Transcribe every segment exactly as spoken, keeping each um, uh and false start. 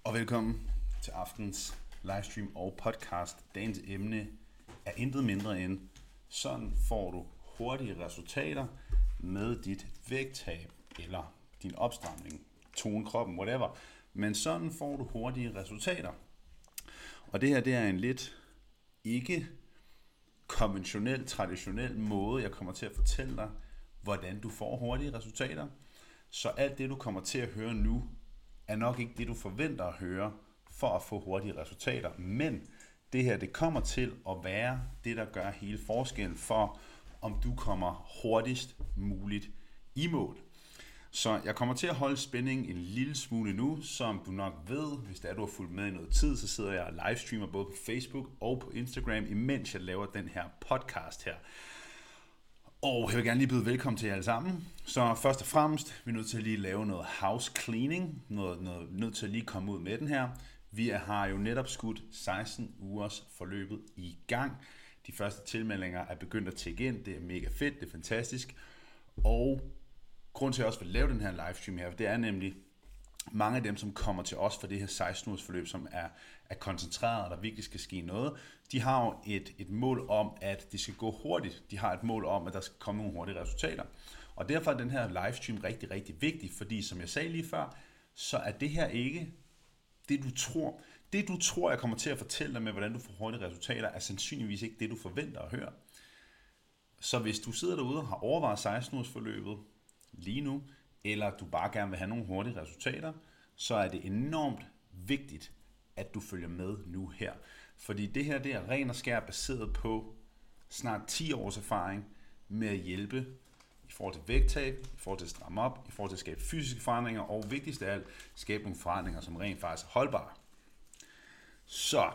Og velkommen til aftens livestream og podcast. Dagens emne er intet mindre end, sådan får du hurtige resultater med dit vægttab eller din opstramning, tone kroppen, whatever. Men sådan får du hurtige resultater. Og det her, det er en lidt ikke konventionel, traditionel måde, jeg kommer til at fortælle dig, hvordan du får hurtige resultater. Så alt det, du kommer til at høre nu, er nok ikke det, du forventer at høre for at få hurtige resultater. Men det her, det kommer til at være det, der gør hele forskellen for, om du kommer hurtigst muligt i mål. Så jeg kommer til at holde spændingen en lille smule nu, som du nok ved, hvis det er, du har fulgt med i noget tid, så sidder jeg og livestreamer både på Facebook og på Instagram, imens jeg laver den her podcast her. Og jeg vil gerne lige byde velkommen til jer alle sammen. Så først og fremmest, vi er nødt til at lige lave noget house cleaning, noget, noget nødt til at lige komme ud med den her. Vi har jo netop skudt seksten ugers forløbet i gang. De første tilmeldinger er begyndt at tække ind, det er mega fedt, det er fantastisk. Og grund til at jeg også vil lave den her livestream her, det er nemlig mange af dem, som kommer til os for det her seksten ugers forløb, som er, er koncentreret, og der virkelig skal ske noget, de har jo et, et mål om, at det skal gå hurtigt. De har et mål om, at der skal komme nogle hurtige resultater. Og derfor er den her livestream rigtig, rigtig vigtig, fordi som jeg sagde lige før, så er det her ikke det, du tror. Det, du tror, jeg kommer til at fortælle dig med, hvordan du får hurtige resultater, er sandsynligvis ikke det, du forventer at høre. Så hvis du sidder derude og har overvejet seksten ugers forløbet lige nu, eller du bare gerne vil have nogle hurtige resultater, så er det enormt vigtigt, at du følger med nu her. Fordi det her, det er ren og skær baseret på snart ti års erfaring med at hjælpe i forhold til vægttab, i forhold til at stramme op, i forhold til at skabe fysiske forandringer, og vigtigst af alt, skabe nogle forandringer, som rent faktisk er holdbare. Så,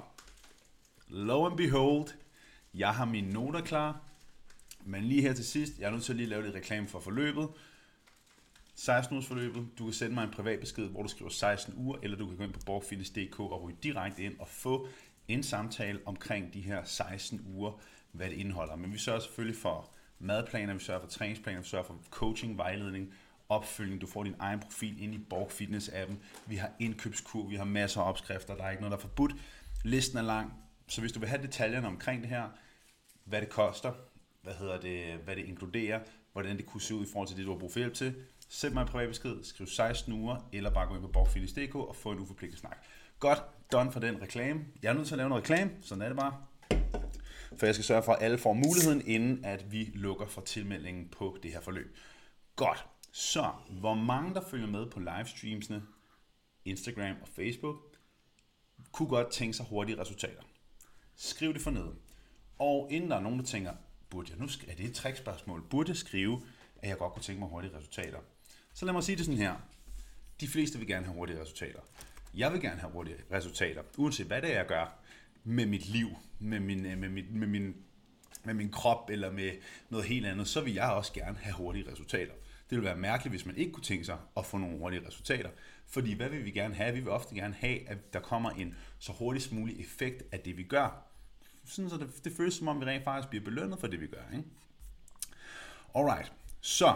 lo and behold, jeg har mine noter klar, men lige her til sidst, jeg er nødt til at lige lave lidt reklame for forløbet. seksten ugers forløbet, du kan sende mig en privat besked, hvor du skriver seksten uger, eller du kan gå ind på borgfitness punktum d k og ryge direkte ind og få en samtale omkring de her seksten uger, hvad det indeholder. Men vi sørger selvfølgelig for madplaner, vi sørger for træningsplaner, vi sørger for coaching, vejledning, opfølgning. Du får din egen profil ind i Borg Fitness appen. Vi har indkøbskur, vi har masser af opskrifter, der er ikke noget, der er forbudt. Listen er lang, så hvis du vil have detaljerne omkring det her, hvad det koster, hvad hedder det, hvad det inkluderer, hvordan det kunne se ud i forhold til det, du har brug for hjælp til, send mig en privat besked, skriv seksten uger, eller bare gå ind på borgfitness punktum d k og få en uforpligtet snak. Godt, done for den reklame. Jeg er nødt til at lave noget reklame, sådan er det bare. For jeg skal sørge for, at alle får muligheden, inden at vi lukker for tilmeldingen på det her forløb. Godt, så hvor mange der følger med på livestreamsene, Instagram og Facebook, kunne godt tænke sig hurtige resultater. Skriv det for ned. Og inden der er nogen, der tænker, burde jeg nu, er det et trickspørgsmål, burde jeg skrive, at jeg godt kunne tænke mig hurtige resultater. Så lad mig sige det sådan her. De fleste vil gerne have hurtige resultater. Jeg vil gerne have hurtige resultater, uanset hvad det er, jeg gør med mit liv, med min, med min, med min, med min krop eller med noget helt andet, så vil jeg også gerne have hurtige resultater. Det vil være mærkeligt, hvis man ikke kunne tænke sig at få nogle hurtige resultater. Fordi hvad vil vi gerne have? Vi vil ofte gerne have, at der kommer en så hurtigst mulig effekt af det, vi gør. Sådan så det, det føles som om, vi rent faktisk bliver belønnet for det, vi gør. Ikke? Alright. Så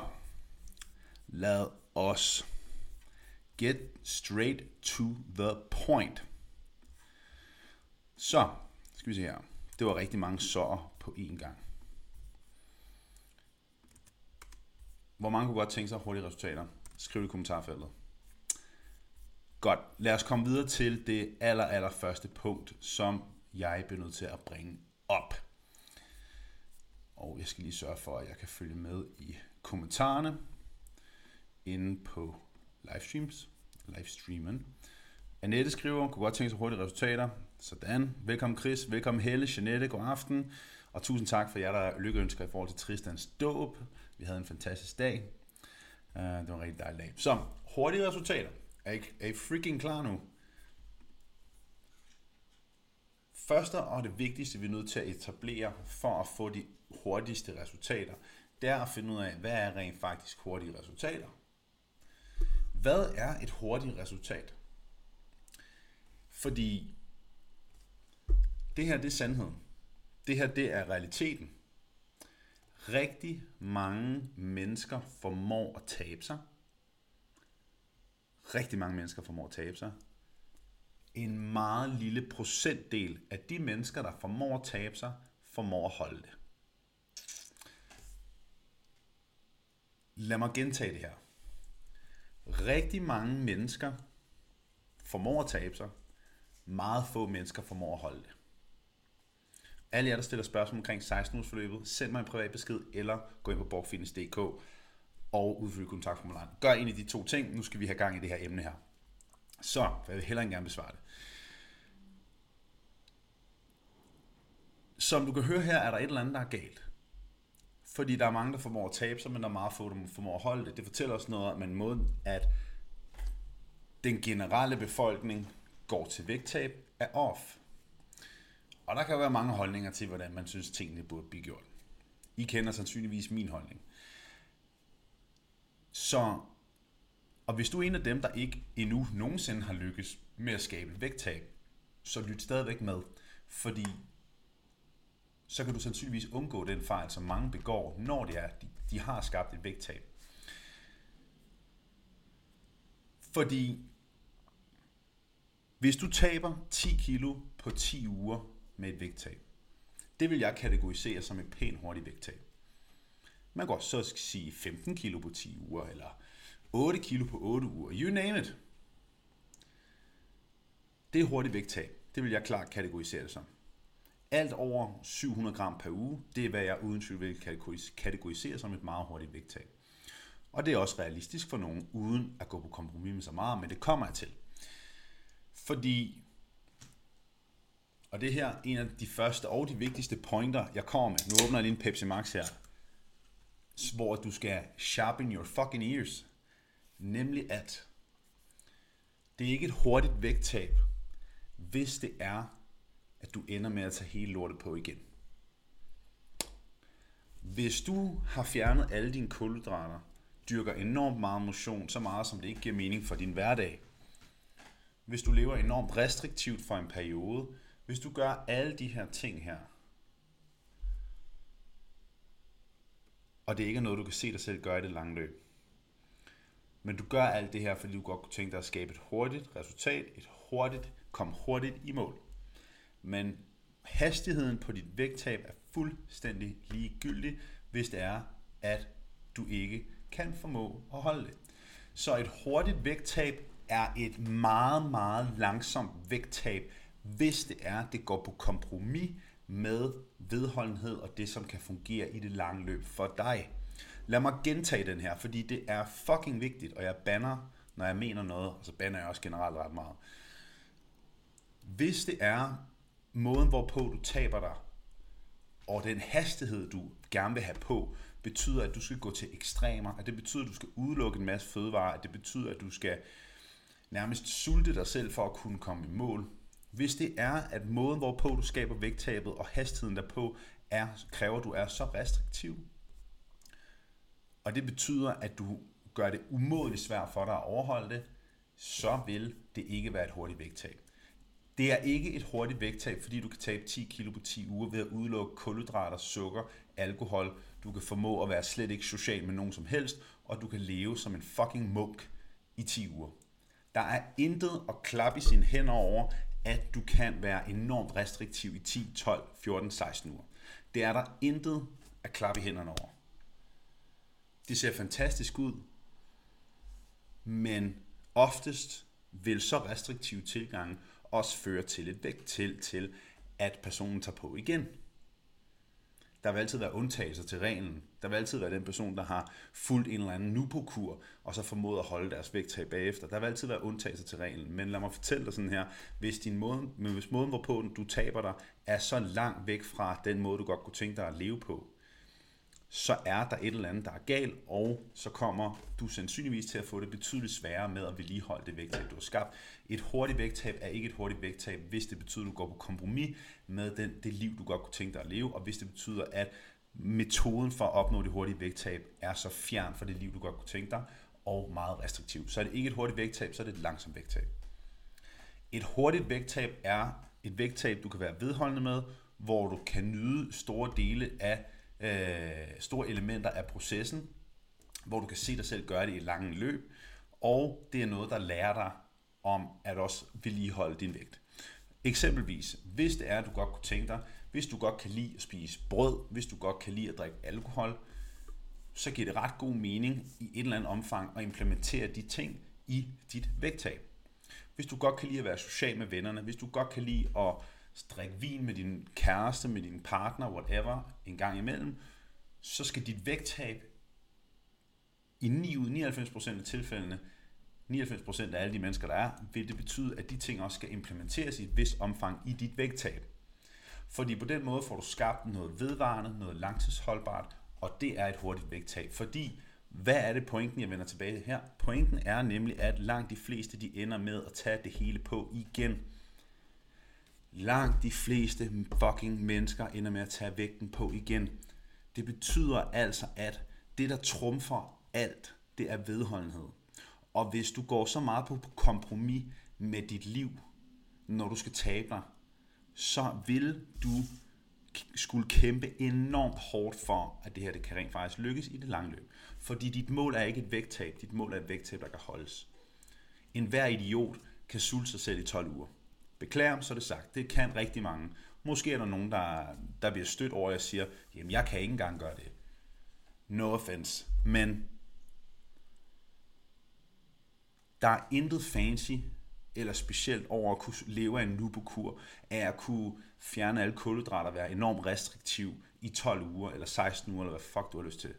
lad os get straight to the point. Så skal vi se her. Det var rigtig mange så'er på én gang. Hvor mange kunne godt tænke sig hurtige resultater? Skriv det i kommentarfeltet. Godt. Lad os komme videre til det aller, aller første punkt, som jeg bliver nødt til at bringe op. Og jeg skal lige sørge for, at jeg kan følge med i kommentarerne inde på livestreams, livestreamen. Annette skriver, kunne godt tænke sig hurtige resultater. Sådan. Velkommen Chris, velkommen Helle, Jeanette, god aften. Og tusind tak for jer, der lykkeønsker i forhold til Tristans dåb. Vi havde en fantastisk dag. Uh, det var en rigtig dejlig dag. Så, hurtige resultater. Er I, er I freaking klar nu? Første og det vigtigste, vi er nødt til at etablere for at få de hurtigste resultater, det er at finde ud af, hvad er rent faktisk hurtige resultater. Hvad er et hurtigt resultat? Fordi det her, det er sandheden. Det her, det er realiteten. Rigtig mange mennesker formår at tabe sig. Rigtig mange mennesker formår at tabe sig. en meget lille procentdel af de mennesker, der formår at tabe sig, formår at holde det. Lad mig gentage det her. Rigtig mange mennesker formår at tabe sig. Meget få mennesker formår at holde det. Alle jer, der stiller spørgsmål omkring seksten ugers forløbet, send mig en privat besked, eller gå ind på borgfitness punktum d k og udfylde kontaktformularen. Gør en af de to ting. Nu skal vi have gang i det her emne her. Så, jeg vil hellere gerne besvare det. Som du kan høre her, er der et eller andet, der er galt. Fordi der er mange, der formår at tabe sig, men der er meget få, der formår at holde det. Det fortæller os noget om en måde, at den generelle befolkning går til vægttab er off. Og der kan jo være mange holdninger til, hvordan man synes, tingene burde blive gjort. I kender sandsynligvis min holdning. Så, og hvis du er en af dem, der ikke endnu nogensinde har lykkes med at skabe et vægttab, så lyt stadigvæk med, fordi så kan du sandsynligvis undgå den fejl, som mange begår, når det er, de, de har skabt et vægttab. Fordi hvis du taber ti kilo på ti uger med et vægttab, det vil jeg kategorisere som et pænt hurtigt vægttab. Man kan også så sige femten kilo på ti uger, eller otte kilo på otte uger, you name it. Det er hurtigt vægttab. Det vil jeg klart kategorisere det som. Alt over syv hundrede gram per uge, det er hvad jeg uden tvivl vil kategorisere som et meget hurtigt vægttab. Og det er også realistisk for nogen, uden at gå på kompromis med så meget, men det kommer jeg til. Fordi, og det her er en af de første og de vigtigste pointer, jeg kommer med. Nu åbner jeg lige en Pepsi Max her, hvor du skal sharpen your fucking ears. Nemlig at det er ikke et hurtigt vægttab, hvis det er, at du ender med at tage hele lortet på igen. Hvis du har fjernet alle dine kulhydrater, dyrker enormt meget motion, så meget som det ikke giver mening for din hverdag, hvis du lever enormt restriktivt for en periode, hvis du gør alle de her ting her, og det ikke er noget, du kan se dig selv gøre i det lange løb, men du gør alt det her, fordi du godt kunne tænke dig at skabe et hurtigt resultat, et hurtigt, kom hurtigt i mål. Men hastigheden på dit vægttab er fuldstændig ligegyldig, hvis det er, at du ikke kan formå at holde det. Så et hurtigt vægttab er et meget, meget langsomt vægttab, hvis det er, det går på kompromis med vedholdenhed og det, som kan fungere i det lange løb for dig. Lad mig gentage den her, fordi det er fucking vigtigt, og jeg banner, når jeg mener noget, og så banner jeg også generelt ret meget. Hvis det er måden, hvorpå du taber dig, og den hastighed, du gerne vil have på, betyder, at du skal gå til ekstremer, at det betyder, at du skal udelukke en masse fødevarer, at det betyder, at du skal nærmest sulte dig selv for at kunne komme i mål. Hvis det er, at måden, hvorpå du skaber vægttabet, og hastigheden derpå, er, kræver, at du er så restriktiv, og det betyder, at du gør det umådeligt svært for dig at overholde det, så vil det ikke være et hurtigt vægttab. Det er ikke et hurtigt vægttab, fordi du kan tabe ti kilo på ti uger ved at udelukke kulhydrater, sukker, alkohol. Du kan formå at være slet ikke social med nogen som helst, og du kan leve som en fucking munk i ti uger. Der er intet at klappe i sine hænder over, at du kan være enormt restriktiv i ti, tolv, fjorten, seksten uger. Det er der intet at klappe i hænderne over. Det ser fantastisk ud, men oftest vil så restriktive tilgange også føre til et vægt til, til, at personen tager på igen. Der vil altid være undtagelser til reglen. Der vil altid være den person, der har fulgt en eller anden Nupo-kur, og så formået at holde deres vægttab bagefter. Der vil altid være undtagelser til reglen. Men lad mig fortælle dig sådan her, hvis, din måde, hvis måden, hvorpå du taber dig, er så langt væk fra den måde, du godt kunne tænke dig at leve på, så er der et eller andet, der er galt, og så kommer du sandsynligvis til at få det betydeligt sværere med at vedligeholde det vægttab, du har skabt. Et hurtigt vægttab er ikke et hurtigt vægttab, hvis det betyder, at du går på kompromis med den, det liv, du godt kunne tænke dig at leve, og hvis det betyder, at metoden for at opnå det hurtige vægttab er så fjern fra det liv, du godt kunne tænke dig, og meget restriktiv. Så er det ikke et hurtigt vægttab, så er det et langsomt vægttab. Et hurtigt vægttab er et vægttab, du kan være vedholdende med, hvor du kan nyde store dele af Øh, store elementer af processen, hvor du kan se dig selv gøre det i et langt løb, og det er noget, der lærer dig om at også vedligeholde din vægt. Eksempelvis, hvis det er, at du godt kunne tænke dig, hvis du godt kan lide at spise brød, hvis du godt kan lide at drikke alkohol, så giver det ret god mening i et eller andet omfang at implementere de ting i dit vægttab. Hvis du godt kan lide at være social med vennerne, hvis du godt kan lide at drikke vin med din kæreste, med din partner, whatever, en gang imellem, så skal dit vægttab i ni ud af nioghalvfems procent af tilfældene, nioghalvfems procent af alle de mennesker, der er, vil det betyde, at de ting også skal implementeres i et vist omfang i dit vægttab. Fordi på den måde får du skabt noget vedvarende, noget langtidsholdbart, og det er et hurtigt vægttab. Fordi, hvad er det pointen, jeg vender tilbage her? Pointen er nemlig, at langt de fleste, de ender med at tage det hele på igen. Langt de fleste fucking mennesker ender med at tage vægten på igen. Det betyder altså, at det, der trumfer alt, det er vedholdenhed. Og hvis du går så meget på kompromis med dit liv, når du skal tabe dig, så vil du skulle kæmpe enormt hårdt for, at det her det kan rent faktisk lykkes i det lange løb. Fordi dit mål er ikke et vægttab, dit mål er et vægttab, der kan holdes. En hver idiot kan sulte sig selv i tolv uger. Beklager, så er det sagt. Det kan rigtig mange. Måske er der nogen, der, der bliver stødt over, at jeg siger, jamen jeg kan ikke engang gøre det. No offense. Men der er intet fancy eller specielt over at kunne leve af en nubokur, af at kunne fjerne alle kulhydrater, være enormt restriktiv i tolv uger, eller seksten uger, eller hvad fuck du har lyst til.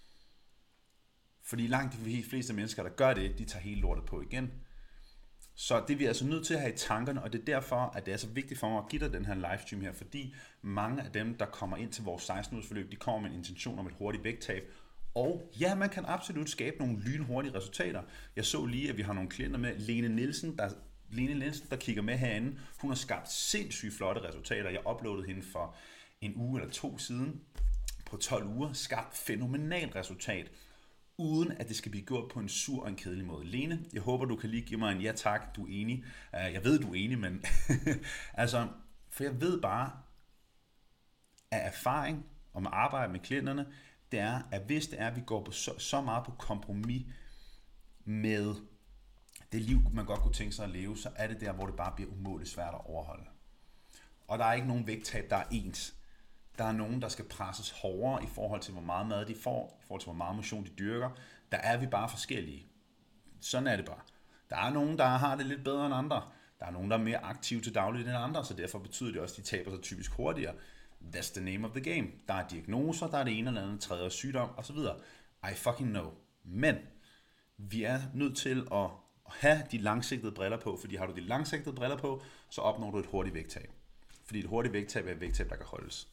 Fordi langt de fleste mennesker, der gør det, de tager hele lortet på igen. Så det er vi altså nødt til at have i tankerne, og det er derfor, at det er så vigtigt for mig at give dig den her livestream her, fordi mange af dem, der kommer ind til vores seksten ugers forløb, de kommer med en intention om et hurtigt vægttab. Og ja, man kan absolut skabe nogle lynhurtige resultater. Jeg så lige, at vi har nogle klienter med. Lene Nielsen, der, Lene Nielsen, der kigger med herinde, hun har skabt sindssygt flotte resultater. Jeg uploadede hende for en uge eller to siden på tolv uger. Skabt fænomenalt resultat, uden at det skal blive gjort på en sur og en kedelig måde. Lene, jeg håber, du kan lige give mig en ja tak, du er enig. Jeg ved, du er enig, men altså, for jeg ved bare af erfaring og med arbejde med klienterne, det er, at hvis det er, at vi går på så, så meget på kompromis med det liv, man godt kunne tænke sig at leve, så er det der, hvor det bare bliver umådeligt svært at overholde. Og der er ikke nogen vægttab, der er ens. Der er nogen, der skal presses hårdere i forhold til, hvor meget mad de får, i forhold til, hvor meget motion de dyrker. Der er vi bare forskellige. Sådan er det bare. Der er nogen, der har det lidt bedre end andre. Der er nogen, der er mere aktive til dagligt end andre, så derfor betyder det også, at de taber sig typisk hurtigere. That's the name of the game. Der er diagnoser, der er det ene eller andet, tredje sygdom osv. I fucking know. Men vi er nødt til at have de langsigtede briller på, fordi har du de langsigtede briller på, så opnår du et hurtigt vægttab. Fordi et hurtigt vægttab er et vægttab, der kan holdes.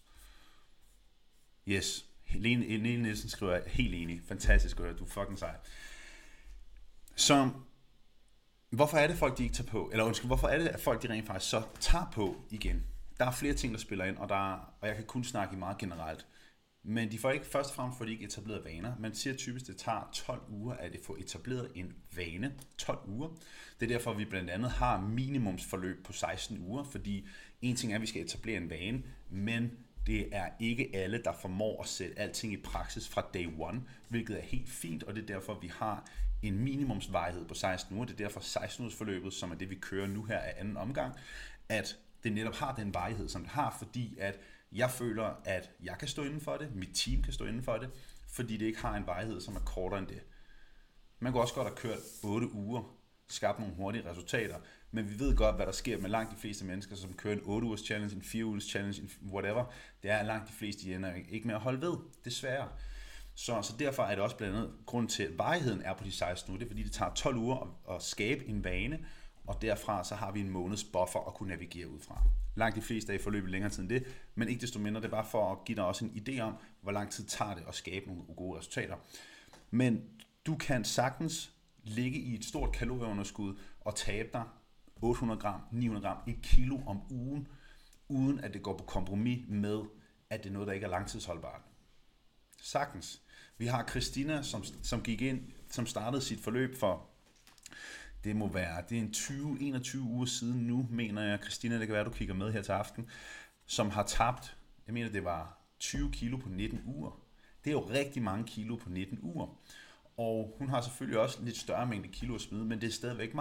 Yes. Lene, Lene Nielsen skriver, helt enig. Fantastisk at høre. Du er fucking sej. Så hvorfor er det folk, de ikke tager på? Eller undskyld, hvorfor er det, at folk, de rent faktisk så tager på igen? Der er flere ting, der spiller ind, og, der er, og jeg kan kun snakke meget generelt. Men de får ikke først og fremmest for, de ikke etableret vaner. Man siger typisk, at det tager tolv uger, at det får etableret en vane. tolv uger. Det er derfor, at vi blandt andet har minimumsforløb på seksten uger, fordi en ting er, at vi skal etablere en vane, men det er ikke alle, der formår at sætte alting i praksis fra day one, hvilket er helt fint, og det er derfor, at vi har en minimumsvarighed på seksten uger. Det er derfor seksten ugers forløbet, som er det, vi kører nu her af anden omgang, at det netop har den varighed, som det har, fordi at jeg føler, at jeg kan stå inden for det, mit team kan stå inden for det, fordi det ikke har en varighed, som er kortere end det. Man kan også godt have kørt otte uger, skabt nogle hurtige resultater, men vi ved godt, hvad der sker med langt de fleste mennesker, som kører en otte ugers challenge, en fire ugers challenge, en whatever. Det er langt de fleste, de ender ikke med at holde ved, desværre. Så, så derfor er det også blandt andet grund til, at varigheden er på de seksten uger, det er fordi, det tager tolv uger at, at skabe en vane, og derfra så har vi en måneds buffer at kunne navigere ud fra. Langt de fleste er i forløbet længere tid end det, men ikke desto mindre, det er bare for at give dig også en idé om, hvor lang tid tager det at skabe nogle gode resultater. Men du kan sagtens ligge i et stort kalorieunderskud og tabe dig otte hundrede gram, ni hundrede gram, et kilo om ugen, uden at det går på kompromis med, at det er noget, der ikke er langtidsholdbart. Sagtens. Vi har Christina, som, som gik ind, som startede sit forløb for, det må være, det er en tyve til enogtyve uger siden nu, mener jeg, Christina, det kan være, du kigger med her til aften, som har tabt, jeg mener, det var tyve kilo på nitten uger. Det er jo rigtig mange kilo på nitten uger. Og hun har selvfølgelig også lidt større mængde kilo at smide, men det er stadigvæk meget.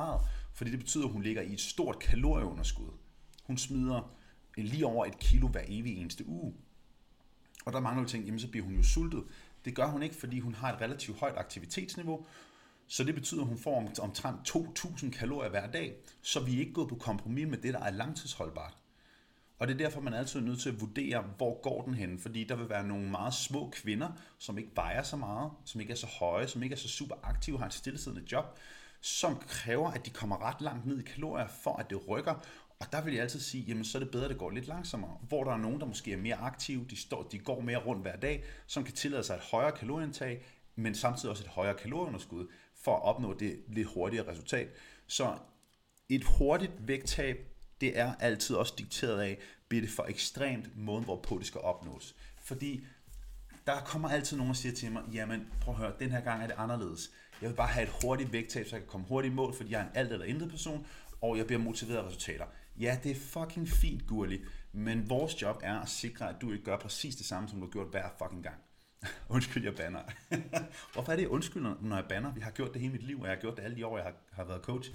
Fordi det betyder, at hun ligger i et stort kalorieunderskud. Hun smider lige over et kilo hver evig eneste uge. Og der er mange, der tænker, jamen så bliver hun jo sultet. Det gør hun ikke, fordi hun har et relativt højt aktivitetsniveau. Så det betyder, at hun får omtrent to tusind kalorier hver dag. Så vi er ikke gået på kompromis med det, der er langtidsholdbart. Og det er derfor, man altid er nødt til at vurdere, hvor går den hen. Fordi der vil være nogle meget små kvinder, som ikke vejer så meget, som ikke er så høje, som ikke er så super aktive, har et stillesiddende job, som kræver, at de kommer ret langt ned i kalorier, for at det rykker. Og der vil jeg altid sige, jamen så er det bedre, at det går lidt langsommere. Hvor der er nogen, der måske er mere aktive, de, står, de går mere rundt hver dag, som kan tillade sig et højere kalorieindtag, men samtidig også et højere kalorieunderskud, for at opnå det lidt hurtigere resultat. Så et hurtigt vægttab, det er altid også dikteret af, bliver det for ekstremt måden, hvorpå det skal opnås. Fordi der kommer altid nogen og siger til mig, jamen prøv at høre, den her gang er det anderledes. Jeg vil bare have et hurtigt vægttab, så jeg kan komme hurtigt i mål, fordi jeg er en alt eller intet person, og jeg bliver motiveret af resultater. Ja, det er fucking fint, Gurli, men vores job er at sikre, at du ikke gør præcis det samme, som du har gjort hver fucking gang. Undskyld, jeg banner. Hvorfor er det, jeg undskylder, når jeg banner? Vi har gjort det hele mit liv, og jeg har gjort det alle de år, jeg har, har været coach.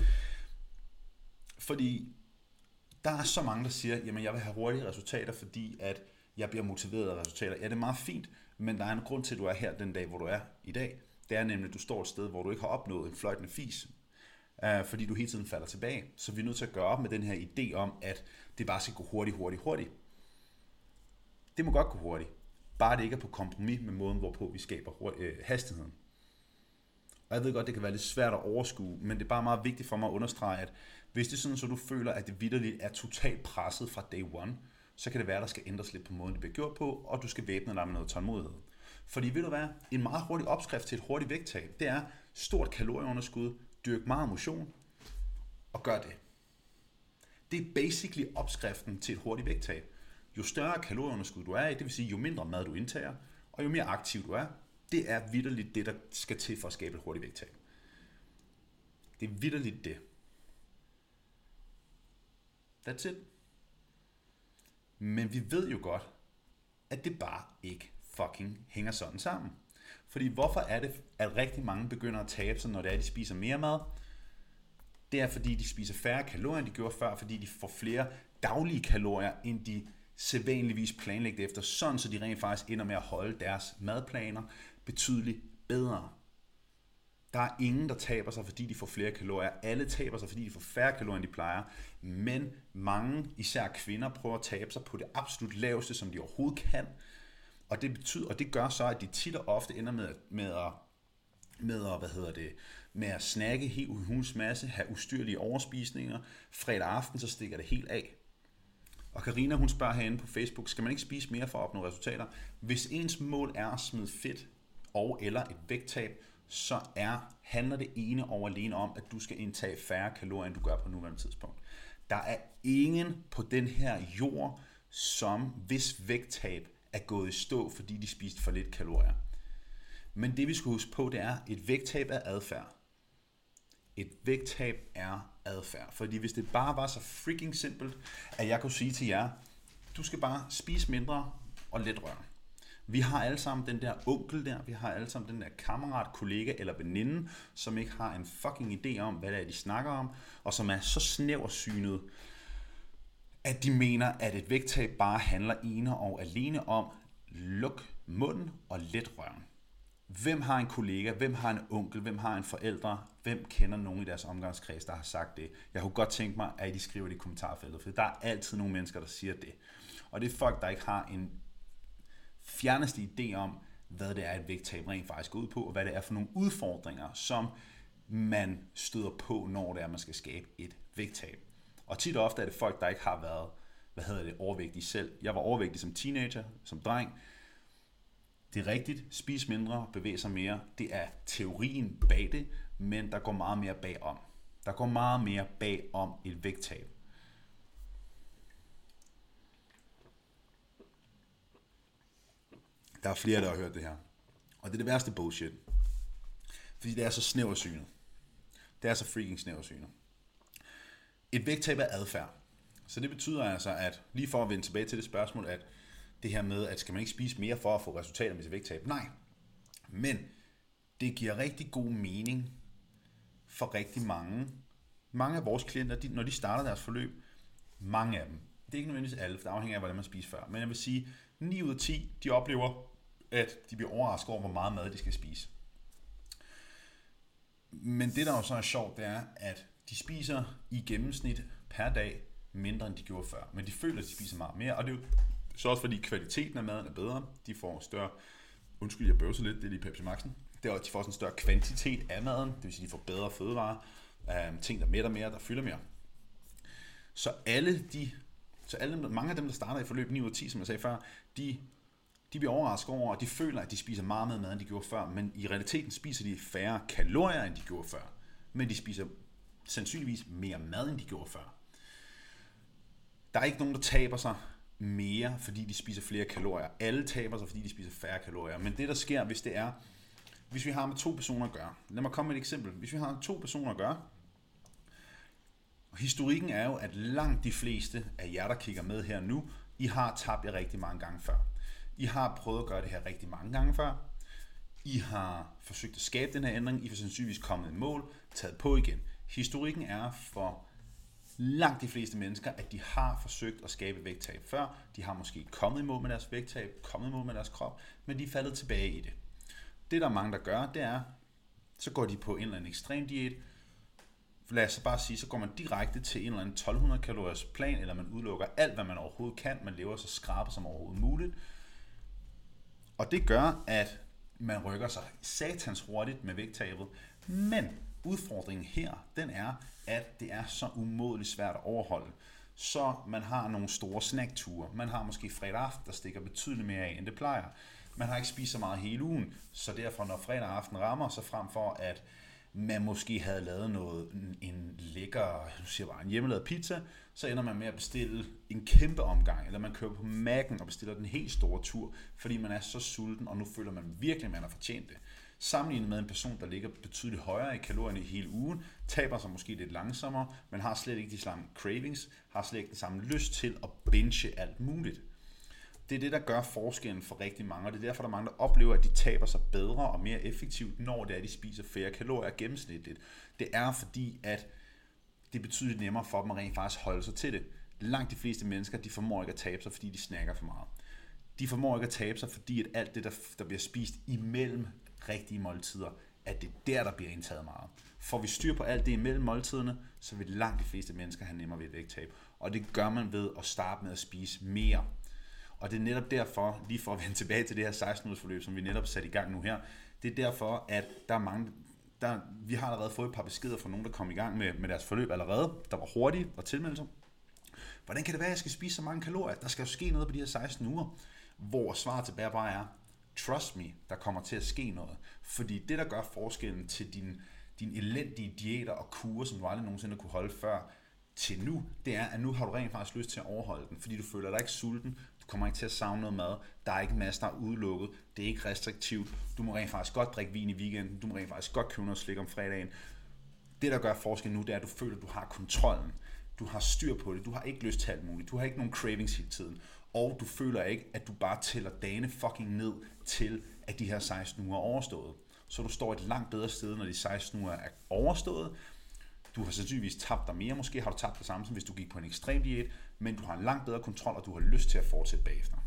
Fordi der er så mange, der siger, jamen jeg vil have hurtige resultater, fordi at jeg bliver motiveret af resultater. Ja, det er meget fint, men der er en grund til, at du er her den dag, hvor du er i dag. Det er nemlig, at du står et sted, hvor du ikke har opnået en fløjtende fis, fordi du hele tiden falder tilbage. Så vi er nødt til at gøre op med den her idé om, at det bare skal gå hurtigt, hurtigt, hurtigt. Det må godt gå hurtigt. Bare det ikke er på kompromis med måden, hvorpå vi skaber hurtigt, øh, hastigheden. Og jeg ved godt, det kan være lidt svært at overskue, men det er bare meget vigtigt for mig at understrege, at hvis det er sådan, så du føler, at det vitterligt er totalt presset fra day one, så kan det være, at der skal ændres lidt på måden, det bliver gjort på, og du skal væbne dig med noget tålmodighed. Fordi vil du være en meget hurtig opskrift til et hurtigt vægttab, det er stort kalorieunderskud, dyrk meget motion, og gør det. Det er basically opskriften til et hurtigt vægttab. Jo større kalorieunderskud du er i, det vil sige, jo mindre mad du indtager, og jo mere aktiv du er, det er vitterligt det, der skal til for at skabe et hurtigt vægttab. Det er vitterligt det. That's it. Men vi ved jo godt, at det bare ikke fucking hænger sådan sammen. Fordi hvorfor er det, at rigtig mange begynder at tabe sig, når det er, at de spiser mere mad? Det er, fordi de spiser færre kalorier, end de gjorde før, fordi de får flere daglige kalorier, end de sædvanligvis planlægget efter, sådan så de rent faktisk ender med at holde deres madplaner betydeligt bedre. Der er ingen, der taber sig, fordi de får flere kalorier. Alle taber sig, fordi de får færre kalorier, end de plejer. Men mange, især kvinder, prøver at tabe sig på det absolut laveste, som de overhovedet kan. Og det betyder, og det gør så, at de tit og ofte ender med, med at med at, hvad hedder det, med at snakke helt uden hulens masse, have ustyrlige overspisninger. Fredag aften, så stikker det helt af. Og Karina, hun spørger herinde på Facebook, skal man ikke spise mere for at opnå resultater? Hvis ens mål er at smide fedt og eller et vægttab, så er, handler det ene og alene om, at du skal indtage færre kalorier, end du gør på nuværende tidspunkt. Der er ingen på den her jord, som hvis vægttab er gået i stå, fordi de spiste for lidt kalorier. Men det vi skal huske på, det er, at et vægttab er adfærd. Et vægttab er adfærd. Fordi hvis det bare var så freaking simpelt, at jeg kunne sige til jer, du skal bare spise mindre og let røre. Vi har alle sammen den der onkel der, vi har alle sammen den der kammerat, kollega eller veninde, som ikke har en fucking idé om, hvad det er, de snakker om, og som er så snæversynet, at de mener, at et vægttab bare handler ene og alene om luk munden og let røven. Hvem har en kollega, hvem har en onkel, hvem har en forældre, hvem kender nogen i deres omgangskreds, der har sagt det? Jeg kunne godt tænke mig, at I skriver det i kommentarfeltet, for der er altid nogle mennesker, der siger det. Og det er folk, der ikke har en fjerneste idé om, hvad det er, et vægttab rent faktisk går ud på, og hvad det er for nogle udfordringer, som man støder på, når det er, man skal skabe et vægttab. Og tit og ofte er det folk, der ikke har været, hvad hedder det, overvægtige selv. Jeg var overvægtig som teenager, som dreng. Det er rigtigt, spis mindre, bevæg sig mere. Det er teorien bag det, men der går meget mere bagom. Der går meget mere bagom et vægttab. Der er flere, der har hørt det her. Og det er det værste bullshit. Fordi det er så snæversynet. Det er så freaking snæversynet. Et vægttab er adfærd. Så det betyder altså, at lige for at vende tilbage til det spørgsmål, at det her med, at skal man ikke spise mere for at få resultater med sit vægttab? Nej. Men det giver rigtig god mening for rigtig mange mange af vores klienter, de, når de starter deres forløb, mange af dem, det er ikke nødvendigvis alle, for det afhænger af, hvordan man spiser før, men jeg vil sige, ni ud af ti, de oplever, at de bliver overrasket over, hvor meget mad de skal spise. Men det, der jo så er sjovt, det er, at de spiser i gennemsnit per dag mindre, end de gjorde før. Men de føler, at de spiser meget mere, og det er jo så også, fordi kvaliteten af maden er bedre. De får større, undskyld, jeg bøvser lidt, det er lige Pepsi Maxen. Det er også, de får sådan en større kvantitet af maden, det vil sige, de får bedre fødevarer, øh, ting, der mætter mere, der fylder mere. Så alle de, så alle, mange af dem, der starter i forløb ni ud af ti, som jeg sagde før, de, de bliver overrasket over, og de føler, at de spiser meget mere mad, end de gjorde før, men i realiteten spiser de færre kalorier, end de gjorde før. Men de spiser sandsynligvis mere mad, end de gjorde før. Der er ikke nogen, der taber sig mere, fordi de spiser flere kalorier. Alle taber sig, fordi de spiser færre kalorier. Men det, der sker, hvis det er, hvis vi har med to personer at gøre. Lad mig komme med et eksempel. Hvis vi har to personer at gøre, og historikken er jo, at langt de fleste af jer, der kigger med her nu, I har tabt jer rigtig mange gange før. I har prøvet at gøre det her rigtig mange gange før. I har forsøgt at skabe den her ændring. I har sandsynligvis kommet i mål, taget på igen. Historikken er for langt de fleste mennesker, at de har forsøgt at skabe vægttab før. De har måske kommet i mål med deres vægttab, kommet i mål med deres krop, men de er faldet tilbage i det. Det, der er mange, der gør, det er, så går de på en eller anden ekstrem diæt. Lad os så bare sige, så går man direkte til en eller anden tolv hundrede kaloriers plan, eller man udelukker alt, hvad man overhovedet kan. Man lever så skrabet som overhovedet muligt. Og det gør, at man rykker sig satans hurtigt med vægttabet. Men udfordringen her, den er, at det er så umådeligt svært at overholde. Så man har nogle store snackture. Man har måske fredag aften, der stikker betydeligt mere af, end det plejer. Man har ikke spist så meget hele ugen, så derfor når fredag aften rammer, så frem for at man måske havde lavet noget, en lækker, du siger bare en hjemmelavet pizza, så ender man med at bestille en kæmpe omgang, eller man kører på Mac'en og bestiller den helt store tur, fordi man er så sulten, og nu føler man virkelig, at man har fortjent det. Sammenlignet med en person, der ligger betydeligt højere i kalorierne i hele ugen, taber sig måske lidt langsommere, men har slet ikke de samme cravings, har slet ikke den samme lyst til at binge alt muligt. Det er det, der gør forskellen for rigtig mange, og det er derfor, der er mange, der oplever, at de taber sig bedre og mere effektivt, når det er, at de spiser færre kalorier gennemsnitligt. Det er fordi, at det betyder nemmere for dem at rent faktisk holde sig til det. Langt de fleste mennesker, de formår ikke at tabe sig, fordi de snakker for meget. De formår ikke at tabe sig, fordi at alt det, der, der bliver spist imellem rigtige måltider, at det er der, der bliver indtaget meget. Får vi styr på alt det imellem måltiderne, så vil langt de fleste mennesker have nemmere ved et vægttab. Og det gør man ved at starte med at spise mere. Og det er netop derfor, lige for at vende tilbage til det her seksten ugers forløb, som vi netop satte i gang nu her, det er derfor, at der er mange, der, vi har allerede fået et par beskeder fra nogen, der kom i gang med, med deres forløb allerede, der var hurtige og tilmeldte sig. Hvordan kan det være, at jeg skal spise så mange kalorier? Der skal jo ske noget på de her seksten uger, hvor svaret tilbage bare er, trust me, der kommer til at ske noget. Fordi det, der gør forskellen til din, din elendige diæter og kurer, som du aldrig nogensinde kunne holde før, til nu, det er, at nu har du rent faktisk lyst til at overholde den, fordi du føler dig ikke sulten, du kommer ikke til at savne noget mad, der er ikke en masse, der er udelukket, det er ikke restriktivt, du må rent faktisk godt drikke vin i weekenden, du må rent faktisk godt købe noget slik om fredagen. Det, der gør forskel nu, det er, at du føler, at du har kontrollen, du har styr på det, du har ikke lyst til alt muligt, du har ikke nogen cravings hele tiden, og du føler ikke, at du bare tæller dagene fucking ned til, at de her seksten uger er overstået. Så du står et langt bedre sted, når de seksten uger er overstået. Du har sandsynligvis tabt dig mere, måske har du tabt det samme, som hvis du gik på en ekstrem diæt, men du har en langt bedre kontrol, og du har lyst til at fortsætte bagefter.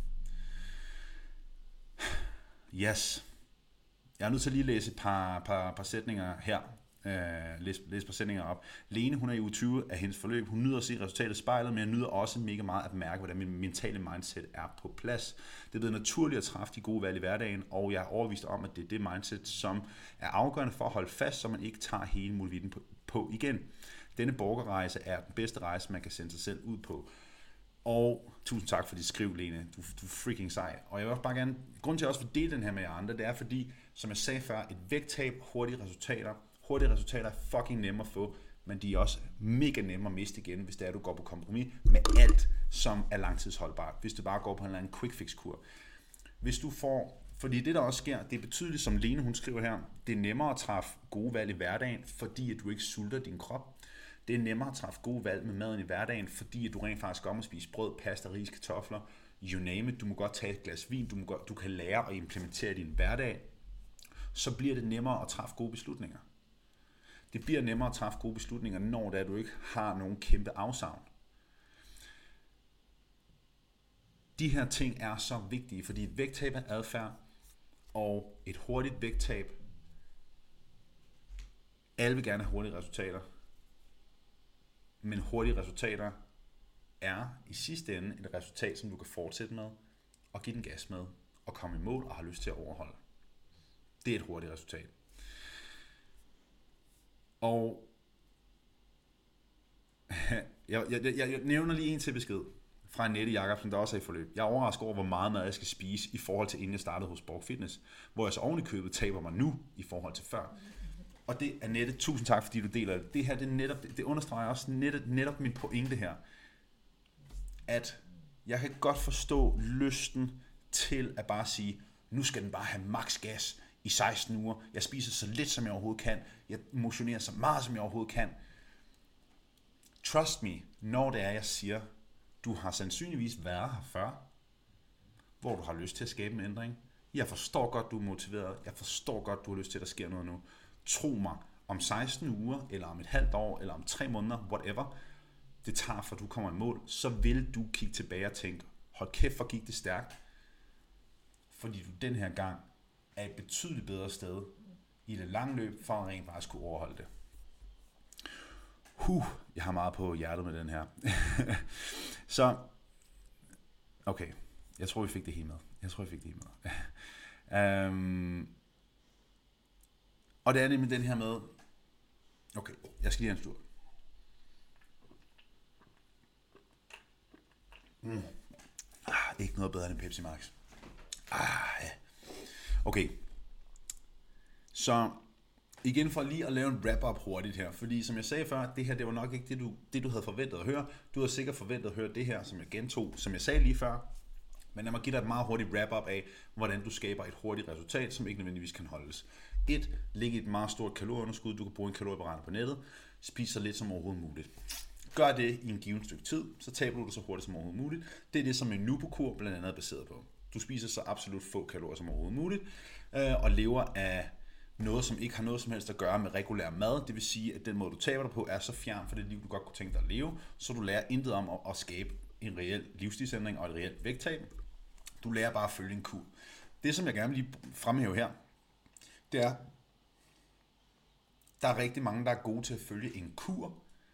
Yes. Jeg er nødt til at lige læse et par, par, par sætninger her. Uh, læse, læse et par sætninger op. Lene, hun er i uge tyve af hendes forløb. Hun nyder at se resultatet i spejlet, men jeg nyder også mega meget at mærke, hvordan min mentale mindset er på plads. Det er blevet naturligt at træffe de gode valg i hverdagen, og jeg er overbevist om, at det er det mindset, som er afgørende for at holde fast, så man ikke tager hele muligheden på, på igen. Denne borgerrejse er den bedste rejse, man kan sende sig selv ud på. Og tusind tak for dit skriv, Lene. Du, du er freaking sej. Og jeg vil også bare gerne, grund til at jeg også vil dele den her med jer andre, det er fordi, som jeg sagde før, et vægttab, hurtige resultater. Hurtige resultater er fucking nemme at få, men de er også mega nemme at miste igen, hvis det er, at du går på kompromis med alt, som er langtidsholdbart. Hvis du bare går på en eller anden quick fix kur. Hvis du får, fordi det der også sker, det er betydeligt, som Lene hun skriver her, det er nemmere at træffe gode valg i hverdagen, fordi at du ikke sulter din krop. Det er nemmere at træffe gode valg med maden i hverdagen, fordi at du rent faktisk kommer og spise brød, pasta, ris, kartofler, you name it. Du må godt tage et glas vin, du, må godt, du kan lære at implementere din hverdag. Så bliver det nemmere at træffe gode beslutninger. Det bliver nemmere at træffe gode beslutninger, når det er, du ikke har nogen kæmpe afsavn. De her ting er så vigtige, fordi et vægttab er adfærd, og et hurtigt vægttab, alle vil gerne have hurtige resultater, men hurtige resultater er i sidste ende et resultat, som du kan fortsætte med, og give den gas med, og komme i mål og har lyst til at overholde. Det er et hurtigt resultat. Og jeg, jeg, jeg, jeg nævner lige en til besked fra Annette Jacobsen, der også er i forløb. Jeg er overrasket over, hvor meget mad jeg skal spise i forhold til, inden jeg startede hos Borg Fitness, hvor jeg så oven i købet taber mig nu i forhold til før. Og det, Annette, tusind tak, fordi du deler det. Det her, det, netop, det understreger også netop, netop min pointe her, at jeg kan godt forstå lysten til at bare sige, nu skal den bare have maks gas i seksten uger. Jeg spiser så lidt, som jeg overhovedet kan. Jeg motionerer så meget, som jeg overhovedet kan. Trust me, når det er, jeg siger, du har sandsynligvis været her før, hvor du har lyst til at skabe en ændring. Jeg forstår godt, du er motiveret. Jeg forstår godt, du har lyst til, at der sker noget nu. Tro mig, om seksten uger, eller om et halvt år, eller om tre måneder, whatever, det tager, for du kommer i mål, så vil du kigge tilbage og tænke, hold kæft, hvor gik det stærkt. Fordi du den her gang er et betydeligt bedre sted i det lange løb, for at rent faktisk kunne overholde det. Huh, jeg har meget på hjertet med den her. Så, okay, jeg tror, vi fik det hele med. Jeg tror, vi fik det hele med. um, og det er nemlig den her med, okay, jeg skal lige have en stur. Mm. Ah, ikke noget bedre end Pepsi Max. Ah, ja. Okay. Så igen for lige at lave en wrap-up hurtigt her, fordi som jeg sagde før, det her det var nok ikke det du, det, du havde forventet at høre. Du havde sikkert forventet at høre det her, som jeg gentog, som jeg sagde lige før. Men lad mig give dig et meget hurtigt wrap-up af, hvordan du skaber et hurtigt resultat, som ikke nødvendigvis kan holdes. et. Læg et meget stort kalorieunderskud. Du kan bruge en kalorieberegner på nettet. Spis så lidt som overhovedet muligt. Gør det i en given stykke tid, så taber du det så hurtigt som overhovedet muligt. Det er det, som en Nubo-kur blandt andet er baseret på. Du spiser så absolut få kalorier som overhovedet muligt, øh, og lever af noget, som ikke har noget som helst at gøre med regulær mad. Det vil sige, at den måde, du taber dig på, er så fjern for det liv, du godt kunne tænke dig at leve, så du lærer intet om at, at skabe en reel livsstilsændring og et reelt vægttab. Du lærer bare at følge en kur. Det, som jeg gerne vil lige fremhæve her, det er, der er rigtig mange, der er gode til at følge en kur,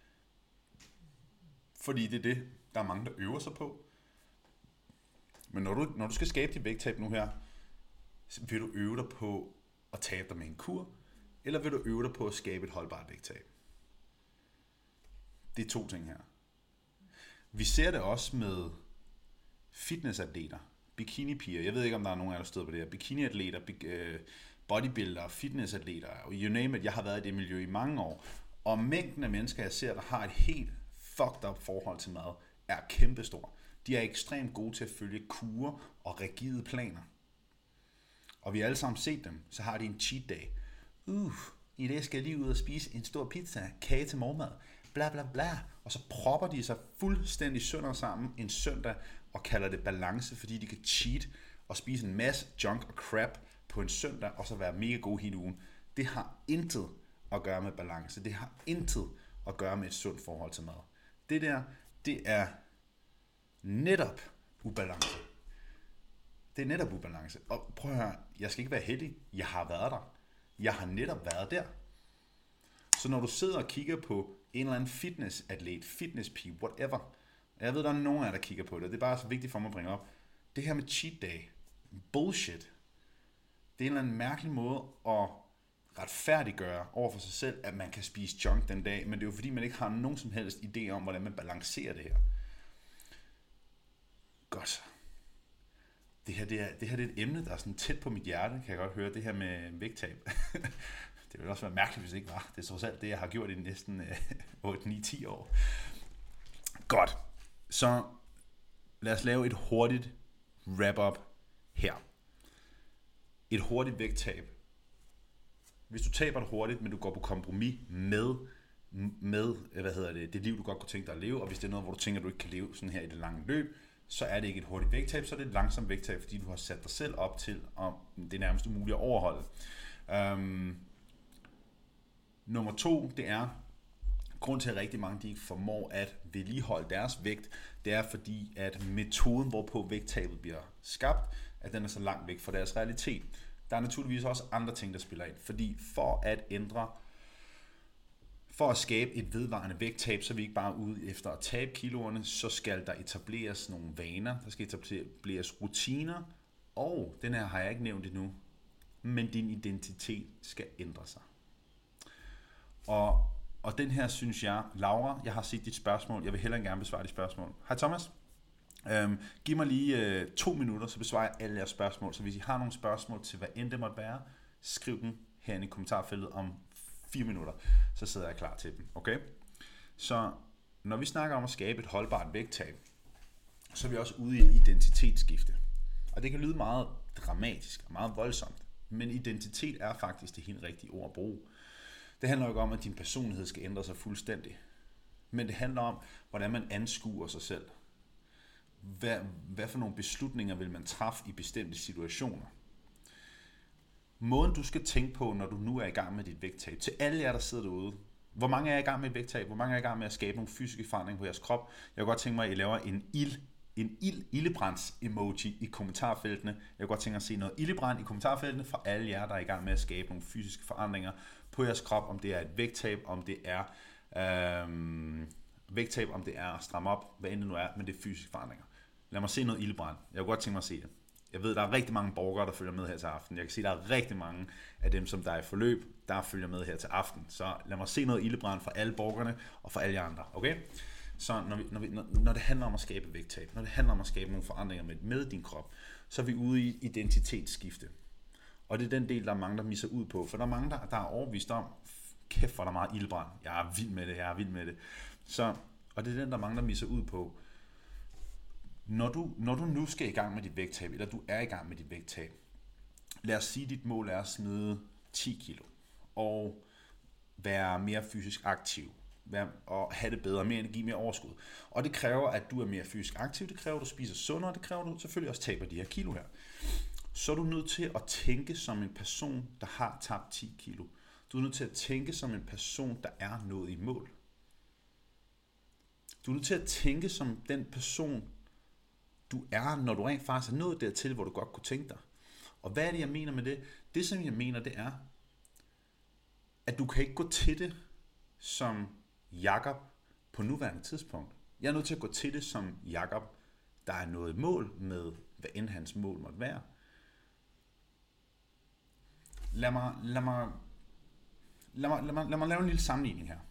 fordi det er det, der er mange, der øver sig på. Men når du, når du skal skabe dit vægttab nu her, vil du øve dig på at tabe dig med en kur, eller vil du øve dig på at skabe et holdbart vægttab? Det er to ting her. Vi ser det også med fitnessatleter, bikinipiger. Jeg ved ikke, om der er nogen af jer, der støder på det her. Bikiniatleter, bodybuildere, fitnessatleter, you name it. Jeg har været i det miljø i mange år. Og mængden af mennesker, jeg ser, der har et helt fucked up forhold til mad, er kæmpestor. De er ekstremt gode til at følge kurer og rigide planer. Og vi har alle sammen set dem, så har de en cheat day. Uh, i det skal jeg lige ud og spise en stor pizza, kage til morgenmad, bla bla bla. Og så propper de sig fuldstændig sønder sammen en søndag og kalder det balance, fordi de kan cheat og spise en masse junk og crap på en søndag, og så være mega gode hele ugen. Det har intet at gøre med balance. Det har intet at gøre med et sundt forhold til mad. Det der, det er netop ubalance. Det er netop ubalance. Og prøv at høre, jeg skal ikke være heldig. Jeg har været der. Jeg har netop været der. Så når du sidder og kigger på en eller anden fitnessatlet, fitnesspige, whatever. Jeg ved, der er nogen af jer, der kigger på det. Det er bare så vigtigt for mig at bringe op. Det her med cheat day. Bullshit. Det er en eller anden mærkelig måde at retfærdiggøre over for sig selv, at man kan spise junk den dag. Men det er jo fordi, man ikke har nogen som helst idé om, hvordan man balancerer det her. Godt. Det her, det, er, det her det er et emne, der er sådan tæt på mit hjerte, kan jeg godt høre, det her med vægttab. Det ville også være mærkeligt, hvis det ikke var. Det er trods alt det, jeg har gjort i næsten otte ni ti år. Godt. Så lad os lave et hurtigt wrap-up her. Et hurtigt vægttab. Hvis du taber dig hurtigt, men du går på kompromis med, med hvad hedder det, det liv, du godt kunne tænke dig at leve, og hvis det er noget, hvor du tænker, at du ikke kan leve sådan her i det lange løb, så er det ikke et hurtigt vægttab, så er det et langsomt vægttab, fordi du har sat dig selv op til, om det er nærmest umuligt at overholde. Um, Nummer to, det er, grund til at rigtig mange de ikke formår at vedligeholde deres vægt, det er fordi, at metoden, hvorpå vægttabet bliver skabt, at den er så langt væk fra deres realitet. Der er naturligvis også andre ting, der spiller ind, fordi for at ændre, for at skabe et vedvarende vægttab, så er vi ikke bare ude efter at tabe kiloerne, så skal der etableres nogle vaner, der skal etableres rutiner, og den her har jeg ikke nævnt endnu, men din identitet skal ændre sig. Og, og den her synes jeg, Laura, jeg har set dit spørgsmål, jeg vil hellere gerne besvare dit spørgsmål. Hej Thomas, øhm, giv mig lige øh, to minutter, så besvarer jeg alle jeres spørgsmål, så hvis I har nogle spørgsmål til hvad end det måtte være, skriv dem herinde i kommentarfeltet om fire minutter, så sidder jeg klar til dem, okay? Så når vi snakker om at skabe et holdbart vægttab, så er vi også ude i et identitetsskifte. Og det kan lyde meget dramatisk og meget voldsomt, men identitet er faktisk det helt rigtige ord at bruge. Det handler jo ikke om, at din personlighed skal ændre sig fuldstændig, men det handler om, hvordan man anskuer sig selv. Hvad, hvad for nogle beslutninger vil man træffe i bestemte situationer? Måden du skal tænke på, når du nu er i gang med dit vægttab, til alle jer, der sidder derude. Hvor mange er i gang med et vægttab? Hvor mange er i gang med at skabe nogle fysiske forandringer på jeres krop? Jeg kunne godt tænke mig, at I laver en ild, en ild, ildebrands-emoji i kommentarfeltene. Jeg kunne godt tænke mig at se noget ildebrand i kommentarfeltene fra alle jer, der er i gang med at skabe nogle fysiske forandringer på jeres krop. Om det er et vægttab, om det er øhm, vægttab, om det er at stramme op, hvad end det nu er, men det er fysiske forandringer. Lad mig se noget ildebrand. Jeg kunne godt tænke mig at se det. Jeg ved, der er rigtig mange borgere, der følger med her til aften. Jeg kan se, der er rigtig mange af dem, som der er i forløb, der følger med her til aften. Så lad mig se noget ildebrand fra alle borgerne og fra alle jer andre. Okay? Så når, vi, når, vi, når, når det handler om at skabe vægttab, når det handler om at skabe nogle forandringer med, med din krop, så er vi ude i identitetsskifte. Og det er den del, der er mange, der misser ud på. For der er mange, der, der er overbevist om, kæft, hvor der er meget ildebrand. Jeg er vild med det, jeg er vild med det. Så, og det er den, der er mange, der misser ud på. Når du, når du nu skal i gang med dit vægttab, eller du er i gang med dit vægttab, lad os sige, at dit mål er at smide ti kilo, og være mere fysisk aktiv, være, og have det bedre, mere energi, mere overskud. Og det kræver, at du er mere fysisk aktiv, det kræver, at du spiser sundere, det kræver, at du selvfølgelig også taber de her kilo her. Så er du nødt til at tænke som en person, der har tabt ti kilo. Du er nødt til at tænke som en person, der er nået i mål. Du er nødt til at tænke som den person, du er, når du rent faktisk er nået dertil, hvor du godt kunne tænke dig. Og hvad er det, jeg mener med det? Det, som jeg mener, det er, at du kan ikke gå til det som Jakob på nuværende tidspunkt. Jeg er nødt til at gå til det som Jakob, der er nået mål med, hvad end hans mål måtte være. Lad mig, lad mig, lad mig, lad mig, lad mig lave en lille sammenligning her.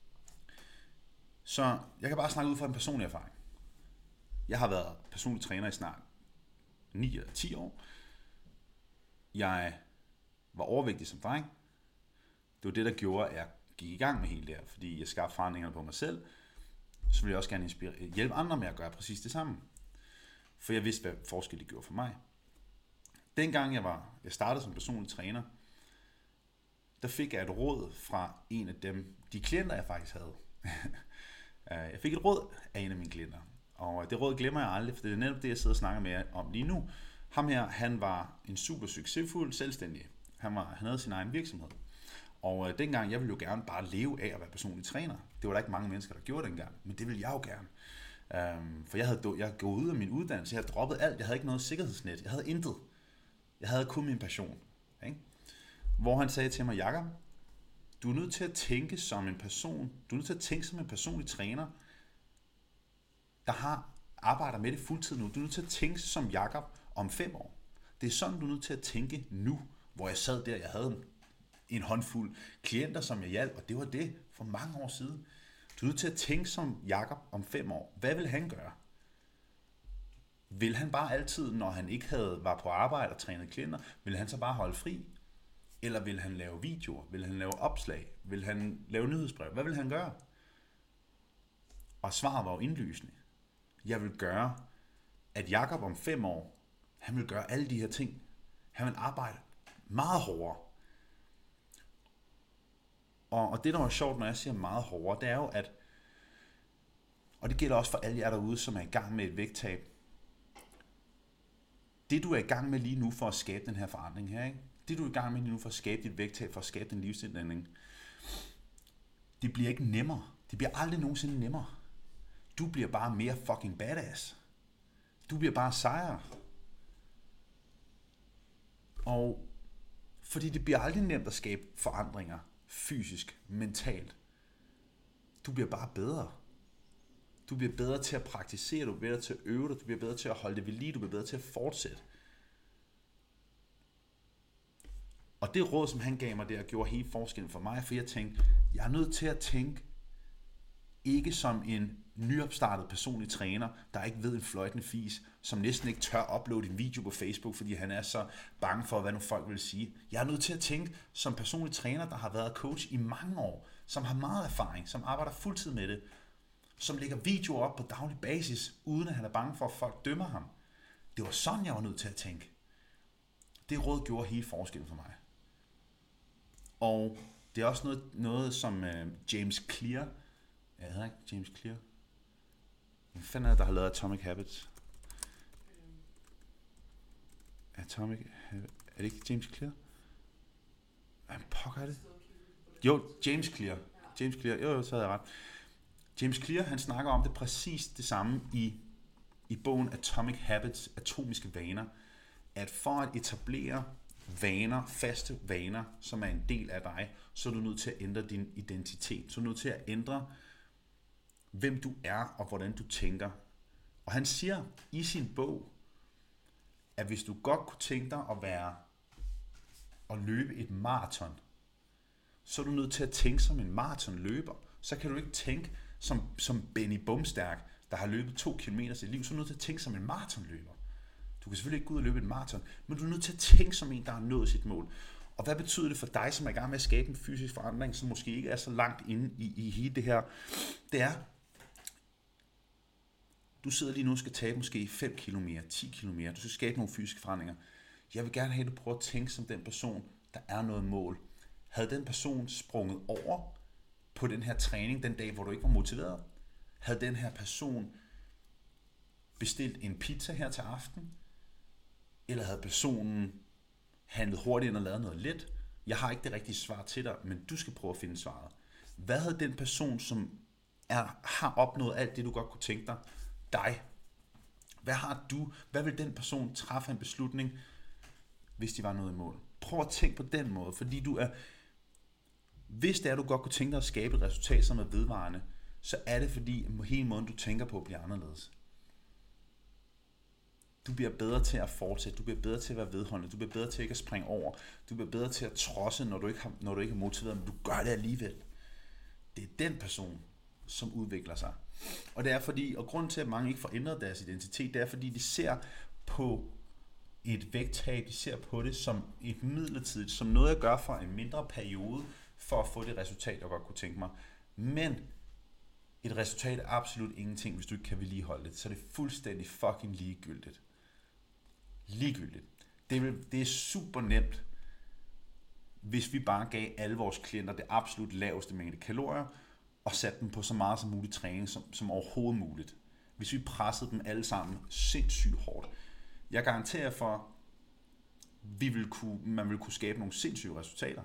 Så jeg kan bare snakke ud fra en personlig erfaring. Jeg har været personlig træner i snart ni eller ti år. Jeg var overvægtig som dreng. Det var det, der gjorde, at jeg gik i gang med hele det her, fordi jeg skabte forandringer på mig selv. Så ville jeg også gerne inspirere, hjælpe andre med at gøre præcis det samme. For jeg vidste, hvad forskel det gjorde for mig. Dengang jeg, var, jeg startede som personlig træner, der fik jeg et råd fra en af dem, de klienter, jeg faktisk havde. Jeg fik et råd af en af mine klienter. Og det råd glemmer jeg aldrig, for det er netop det, jeg sidder og snakker med jer om lige nu. Ham her, han var en super succesfuld selvstændig. Han, var, han havde sin egen virksomhed. Og øh, dengang, jeg ville jo gerne bare leve af at være personlig træner. Det var der ikke mange mennesker, der gjorde dengang, men det ville jeg jo gerne. Øhm, for jeg havde, jeg havde gået ud af min uddannelse, jeg havde droppet alt, jeg havde ikke noget sikkerhedsnet, jeg havde intet. Jeg havde kun min passion. Ikke? Hvor han sagde til mig, Jakob, du er nødt til at tænke som en person, du er nødt til at tænke som en personlig træner, der har arbejder med det fuldtid nu. Du er nødt til at tænke som Jakob om fem år. Det er sådan, du er nødt til at tænke nu, hvor jeg sad der, jeg havde en håndfuld klienter, som jeg hjalp, og det var det for mange år siden. Du er nødt til at tænke som Jakob om fem år. Hvad vil han gøre? Vil han bare altid, når han ikke havde, var på arbejde og trænede klienter, vil han så bare holde fri? Eller vil han lave videoer? Vil han lave opslag? Vil han lave nyhedsbrev? Hvad vil han gøre? Og svaret var jo indlysende. Jeg vil gøre, at Jakob om fem år, han vil gøre alle de her ting. Han vil arbejde meget hårdere. Og, og det, der var sjovt, når jeg siger meget hårdere, det er jo, at, og det gælder også for alle jer derude, som er i gang med et vægttab. Det, du er i gang med lige nu for at skabe den her forandring her, ikke? Det, du er i gang med lige nu for at skabe dit vægttab, for at skabe den livsændring, Det bliver ikke nemmere. Det bliver aldrig nogensinde nemmere. Du bliver bare mere fucking badass. Du bliver bare sejere. Og fordi det bliver aldrig nemt at skabe forandringer, fysisk, mentalt. Du bliver bare bedre. Du bliver bedre til at praktisere, du bliver bedre til at øve dig, du bliver bedre til at holde det ved lige, du bliver bedre til at fortsætte. Og det råd, som han gav mig, det gjorde hele forskellen for mig, for jeg tænkte, jeg er nødt til at tænke, ikke som en nyopstartet personlig træner, der ikke ved en fløjtende fis, som næsten ikke tør uploade en video på Facebook, fordi han er så bange for, hvad nu folk vil sige. Jeg er nødt til at tænke som personlig træner, der har været coach i mange år, som har meget erfaring, som arbejder fuldtid med det, som lægger videoer op på daglig basis, uden at han er bange for, at folk dømmer ham. Det var sådan, jeg var nødt til at tænke. Det råd gjorde hele forskellen for mig. Og det er også noget, noget som uh, James Clear, jeg hedder ikke James Clear, hvad fanden er det, der har lavet Atomic Habits? Atomic Habits, er det ikke James Clear? Hvad pokker er det? Jo, James Clear. James Clear, jo, jo, så havde jeg ret. James Clear, han snakker om det præcis det samme i, i bogen Atomic Habits, atomiske vaner, at for at etablere vaner, faste vaner, som er en del af dig, så er du nødt til at ændre din identitet. Så er du nødt til at ændre, hvem du er og hvordan du tænker. Og han siger i sin bog, at hvis du godt kunne tænke dig at være at løbe et maraton, så er du nødt til at tænke som en maratonløber. Så kan du ikke tænke som, som Benny Bumstærk, der har løbet to kilometer i sit liv, så er du nødt til at tænke som en maratonløber. Du kan selvfølgelig ikke gå ud og løbe et maraton, men du er nødt til at tænke som en, der har nået sit mål. Og hvad betyder det for dig, som er i gang med at skabe en fysisk forandring, som måske ikke er så langt inde i, i hele det her? Det er, du sidder lige nu og skal tabe måske fem kilo mere, ti kilo mere, du skal skabe nogle fysiske forandringer. Jeg vil gerne have, at du prøver at tænke som den person, der er noget mål. Havde den person sprunget over på den her træning den dag, hvor du ikke var motiveret? Havde den her person bestilt en pizza her til aften? Eller havde personen handlet hurtigt ind og lavet noget let? Jeg har ikke det rigtige svar til dig, men du skal prøve at finde svaret. Hvad havde den person, som er, har opnået alt det, du godt kunne tænke dig, dig? Hvad har du? Hvad vil den person træffe en beslutning, hvis de var nået i mål? Prøv at tænke på den måde, fordi du er, hvis det er, du godt kunne tænke dig at skabe et resultat, som er vedvarende, så er det fordi, hele måden, du tænker på, bliver anderledes. Du bliver bedre til at fortsætte, du bliver bedre til at være vedholdende, du bliver bedre til ikke at springe over, du bliver bedre til at trodse, når du ikke, har, når du ikke er motiveret, men du gør det alligevel. Det er den person, som udvikler sig. Og det er fordi, og grunden til, at mange ikke får ændret deres identitet, det er fordi, de ser på et vægttab, de ser på det som et midlertidigt, som noget at gøre for en mindre periode, for at få det resultat, jeg godt kunne tænke mig. Men et resultat er absolut ingenting, hvis du ikke kan vedligeholde det. Så er det fuldstændig fucking ligegyldigt. Ligegyldigt. Det er, det er super nemt, hvis vi bare gav alle vores klienter det absolut laveste mængde kalorier, og satte dem på så meget som muligt træning, som, som overhovedet muligt. Hvis vi pressede dem alle sammen sindssygt hårdt. Jeg garanterer for, vi vil kunne, man vil kunne skabe nogle sindssyge resultater.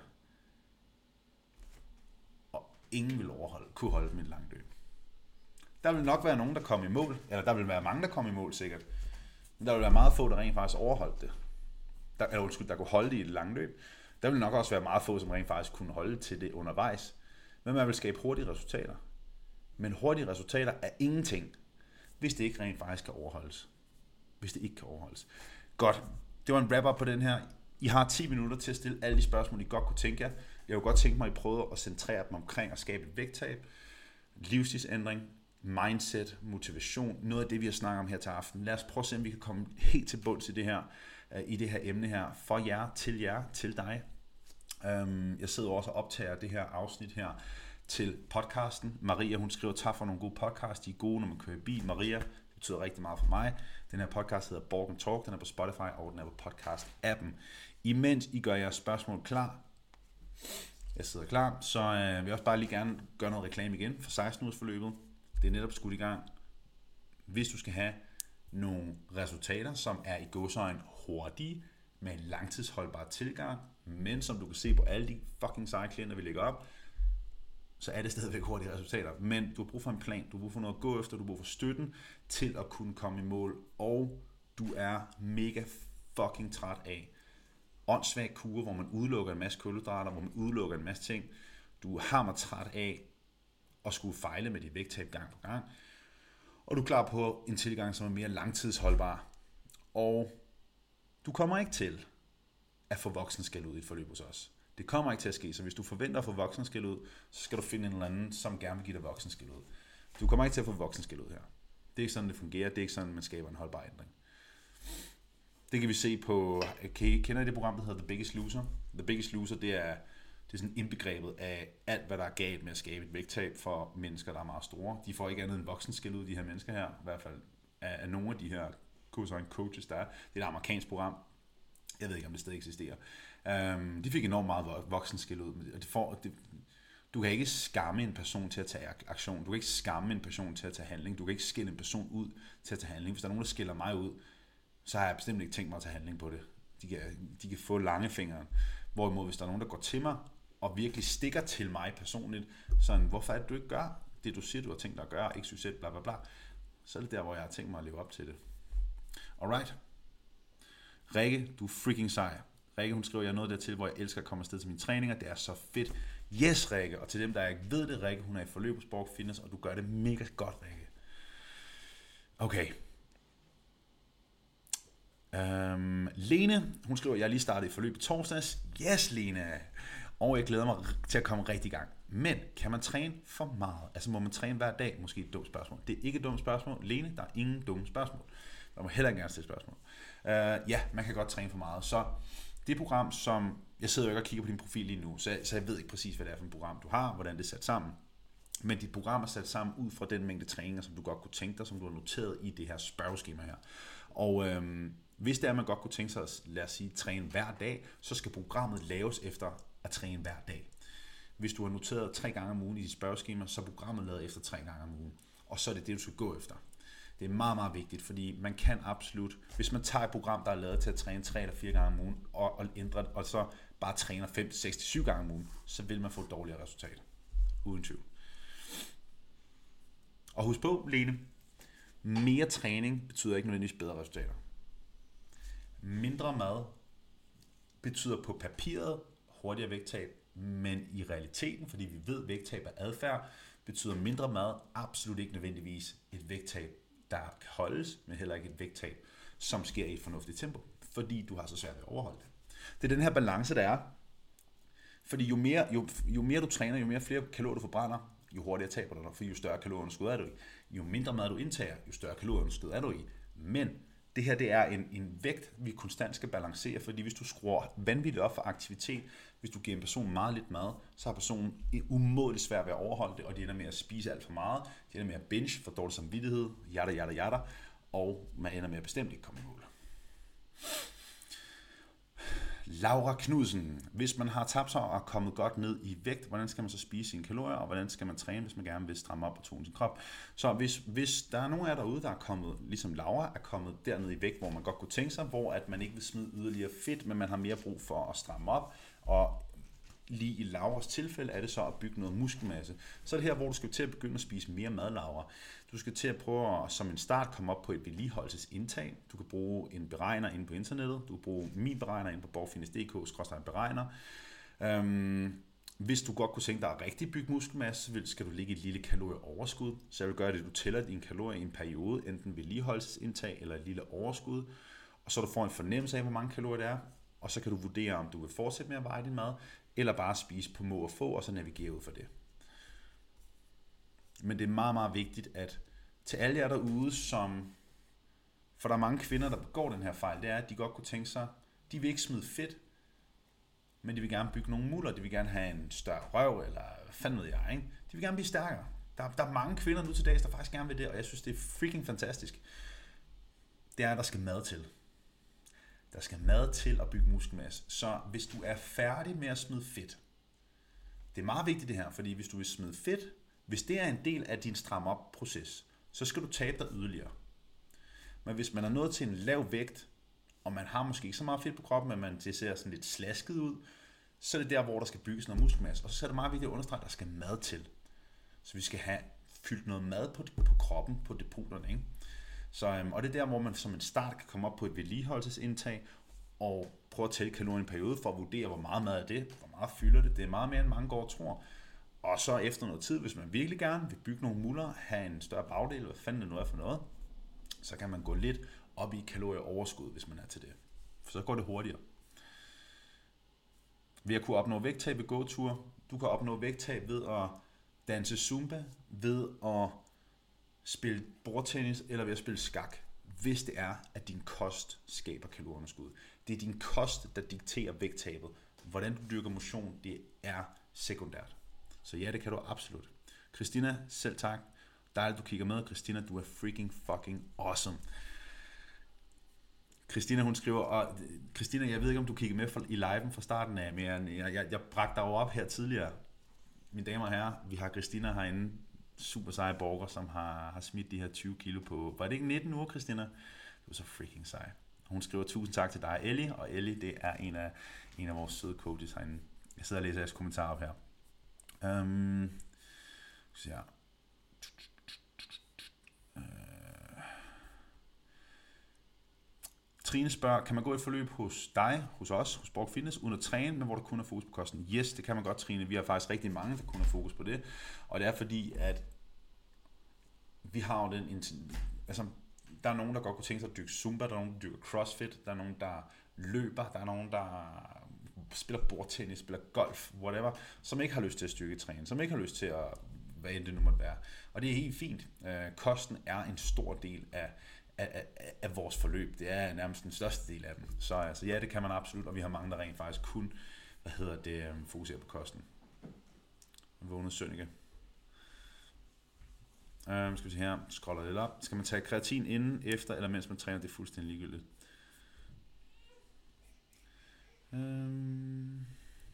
Og ingen vil overholde, kunne holde dem i et langt løb. Der vil nok være nogen, der kommer i mål, eller der vil være mange, der kommer i mål sikkert. Men der vil være meget få, der rent faktisk overholdt det. Der, eller undskyld, der kunne holde det i et langt løb. Der vil nok også være meget få, som rent faktisk kunne holde til det undervejs. Men man vil skabe hurtige resultater. Men hurtige resultater er ingenting, hvis det ikke rent faktisk kan overholdes. Hvis det ikke kan overholdes. Godt. Det var en wrap-up på den her. I har ti minutter til at stille alle de spørgsmål, I godt kunne tænke jer. Jeg kunne godt tænke mig, at I prøvede at centrere dem omkring at skabe et vægttab, livsstilsændring, mindset, motivation, noget af det, vi har snakket om her til aften. Lad os prøve at se, om vi kan komme helt til bunds i det her, i det her emne her, for jer, til jer, til dig. Jeg sidder også og optager det her afsnit her til podcasten. Maria, hun skriver, tak for nogle gode podcasts. De er gode, når man kører i bil. Maria, det betyder rigtig meget for mig. Den her podcast hedder Borg and Talk. Den er på Spotify, og den er på podcast-appen. Imens I gør jeres spørgsmål klar, jeg sidder klar, så øh, vil jeg også bare lige gerne gøre noget reklame igen for seksten ugers forløbet. Det er netop skudt i gang. Hvis du skal have nogle resultater, som er i gåseøjne hurtige, med en langtidsholdbar tilgang, men som du kan se på alle de fucking seje klienter, vi lægger op, så er det stadigvæk hurtige resultater. Men du har brug for en plan, du har brug for noget at gå efter, du har brug for støtten til at kunne komme i mål, og du er mega fucking træt af åndssvag kur, hvor man udelukker en masse kulhydrater, hvor man udelukker en masse ting. Du er hammer træt af at skulle fejle med dit vægttab gang på gang, og du er klar på en tilgang, som er mere langtidsholdbar. Og du kommer ikke til at få voksenskæld ud i et forløb hos os. Det kommer ikke til at ske, så hvis du forventer at få voksenskæld ud, så skal du finde en eller anden, som gerne vil give dig voksenskæld ud. Du kommer ikke til at få voksenskæld ud her. Det er ikke sådan, det fungerer. Det er ikke sådan, man skaber en holdbar ændring. Det kan vi se på, kender I det program, der hedder The Biggest Loser? The Biggest Loser, det er, det er sådan indbegrebet af alt, hvad der er galt med at skabe et vægttab for mennesker, der er meget store. De får ikke andet end voksenskæld ud, de her mennesker her, i hvert fald af, af nogle af de her coaches, der er. Det er et amerikansk program. Jeg ved ikke, om det stadig eksisterer. Um, de fik enormt meget voksenskæld ud. Det får, det, du kan ikke skamme en person til at tage aktion. Du kan ikke skamme en person til at tage handling. Du kan ikke skille en person ud til at tage handling. Hvis der er nogen, der skiller mig ud, så har jeg bestemt ikke tænkt mig at tage handling på det. De kan, de kan få lange fingre. Hvorimod, hvis der er nogen, der går til mig og virkelig stikker til mig personligt, sådan, hvorfor er det, du ikke gør det, du siger, du har tænkt dig at gøre, ikke succes, bla bla bla, så er det der, hvor jeg har tænkt mig at leve op til det. Alright. Rikke, du er freaking sej. Rikke, hun skriver, jeg er nået dertil, hvor jeg elsker at komme afsted til mine træninger. Det er så fedt. Yes, Rikke. Og til dem, der ikke ved det, Rikke, hun er i forløb hos Borg Fitness, og du gør det mega godt, Rikke. Okay. Øhm, Lene, hun skriver, jeg er lige startet i forløb i torsdags. Yes, Lene. Og jeg glæder mig til at komme rigtig i gang. Men kan man træne for meget? Altså må man træne hver dag? Måske et dumt spørgsmål. Det er ikke et dumt spørgsmål. Lene, der er ingen dumme spørgsmål. Der må heller ikke gerne stille spørgsmål. Uh, ja, man kan godt træne for meget. Så det program, som jeg sidder jo ikke og kigger på din profil lige nu, så, så jeg ved ikke præcis, hvad det er for et program, du har, hvordan det er sat sammen. Men dit program er sat sammen ud fra den mængde træninger, som du godt kunne tænke dig, som du har noteret i det her spørgeskema her. Og øhm, hvis det er, at man godt kunne tænke sig at, lad os sige, træne hver dag, så skal programmet laves efter at træne hver dag. Hvis du har noteret tre gange om ugen i dit spørgeskema, så er programmet lavet efter tre gange om ugen. Og så er det det, du skal gå efter. Det er meget, meget vigtigt, fordi man kan absolut, hvis man tager et program, der er lavet til at træne tre eller fire gange om ugen, og, og ændrer det, og så bare træner fem, seks til syv gange om ugen, så vil man få dårligere resultater. Uden tvivl. Og husk på, Lene, mere træning betyder ikke nødvendigvis bedre resultater. Mindre mad betyder på papiret hurtigere vægttab, men i realiteten, fordi vi ved, at vægttab er adfærd, betyder mindre mad absolut ikke nødvendigvis et vægttab, der kan holdes, men heller ikke et vægttab, som sker i et fornuftigt tempo, fordi du har så svært ved at overholde det. Det er den her balance, der er, fordi jo mere, jo, jo mere du træner, jo mere flere kalorier du forbrænder, jo hurtigere taber du dig, for jo større kalorieunderskud er du i. Jo mindre mad du indtager, jo større kalorieunderskud er du i. Men det her, det er en, en vægt, vi konstant skal balancere, fordi hvis du skruer vanvittigt op for aktivitet, hvis du giver en person meget lidt mad, så har personen umådeligt svært ved at overholde det, og de ender med at spise alt for meget, de ender med at binge, for dårlig samvittighed, jada, jada, jada, og man ender med at bestemt ikke komme i mål. Laura Knudsen, hvis man har tabt sig og er kommet godt ned i vægt, hvordan skal man så spise sine kalorier, og hvordan skal man træne, hvis man gerne vil stramme op og tone sin krop? Så hvis, hvis der er nogen af jer derude, der er kommet, ligesom Laura, er kommet dernede i vægt, hvor man godt kunne tænke sig, hvor at man ikke vil smide yderligere fedt, men man har mere brug for at stramme op, og lige i Lauras tilfælde er det så at bygge noget muskelmasse. Så er det her, hvor du skal til at begynde at spise mere mad, Laura. Du skal til at prøve at, som en start, komme op på et vedligeholdelsesindtag. Du kan bruge en beregner inde på internettet. Du kan bruge min beregner inde på borgfitness punktum d k skråstreg beregner. Øhm, hvis du godt kunne tænke dig at rigtig bygge muskelmasse, så skal du ligge et lille kalorieoverskud. Så jeg vil gøre det, at du tæller dine kalorier i en periode, enten vedligeholdelsesindtag eller et lille overskud. Og så du får en fornemmelse af, hvor mange kalorier det er. Og så kan du vurdere, om du vil fortsætte med at veje din mad, eller bare spise på må og få, og så navigere ud for det. Men det er meget, meget vigtigt, at til alle jer derude, som, for der er mange kvinder, der begår den her fejl, det er, at de godt kunne tænke sig, de vil ikke smide fedt, men de vil gerne bygge nogle muller, de vil gerne have en større røv, eller hvad fanden ved jeg, ikke? De vil gerne blive stærkere. Der, der er mange kvinder nu til dags, der faktisk gerne vil det, og jeg synes, det er freaking fantastisk. Det er, at der skal mad til. Der skal mad til at bygge muskelmasse. Så hvis du er færdig med at smide fedt, det er meget vigtigt det her, fordi hvis du vil smide fedt, hvis det er en del af din stram op proces, så skal du tabe dig yderligere. Men hvis man er nået til en lav vægt, og man har måske ikke så meget fedt på kroppen, men man det ser sådan lidt slasket ud, så er det der, hvor der skal bygges noget muskelmasse. Og så er det meget vigtigt at understrege, at der skal mad til. Så vi skal have fyldt noget mad på, på kroppen, på depoterne. Ikke? Så, øhm, og det er der, hvor man som en start kan komme op på et vedligeholdelsesindtag, og prøve at tælle kalorier i en periode, for at vurdere, hvor meget mad er det, hvor meget fylder det. Det er meget mere, end mange går og tror. Og så efter noget tid, hvis man virkelig gerne vil bygge nogle muller, have en større bagdel, hvad fanden det nu er for noget, så kan man gå lidt op i kalorieoverskud, hvis man er til det. For så går det hurtigere. Ved at kunne opnå vægttab ved gåtur, du kan opnå vægttab ved at danse zumba, ved at spille bordtennis eller ved at spille skak, hvis det er, at din kost skaber kalorieunderskud. Det er din kost, der dikterer vægttabet. Hvordan du dyrker motion, det er sekundært. Så ja, det kan du absolut. Christina, selv tak. Dejligt, du kigger med. Christina, du er freaking fucking awesome. Christina, hun skriver, og Christina, jeg ved ikke, om du kigger med i liven fra starten af, men jeg, jeg, jeg bragte dig jo op her tidligere. Mine damer og herrer, vi har Christina herinde, super seje borger, som har, har smidt de her tyve kilo på, var det ikke nitten uger, Christina? Det var så freaking sej. Hun skriver, tusind tak til dig, Ellie, og Ellie, det er en af, en af vores søde coaches herinde. Jeg sidder og læser jeres kommentarer op her. Um, så ja. Uh, Trine spørger, kan man gå i et forløb hos dig, hos os, hos Borg Fitness, uden at træne, men hvor der kun er fokus på kosten? Yes, det kan man godt, Trine. Vi har faktisk rigtig mange, der kun har fokus på det. Og det er fordi, at vi har jo den... Altså, der er nogen, der godt kunne tænke sig at dyrke Zumba, der er nogen, der dyrker CrossFit, der er nogen, der løber, der er nogen, der spiller bordtennis, spiller golf, whatever, som ikke har lyst til at styrketræne, som ikke har lyst til at, hvad end det nu måtte være. Og det er helt fint. Kosten er en stor del af Af, af, af vores forløb. Det er nærmest den største del af dem. Så altså, ja, det kan man absolut, og vi har mange, der rent faktisk kun, hvad hedder det, fokuserer på kosten. Vågnet Sønneke. Um, skal vi se her, scroller lidt op. Skal man tage kreatin inden, efter, eller mens man træner? Det er fuldstændig ligegyldigt. Um,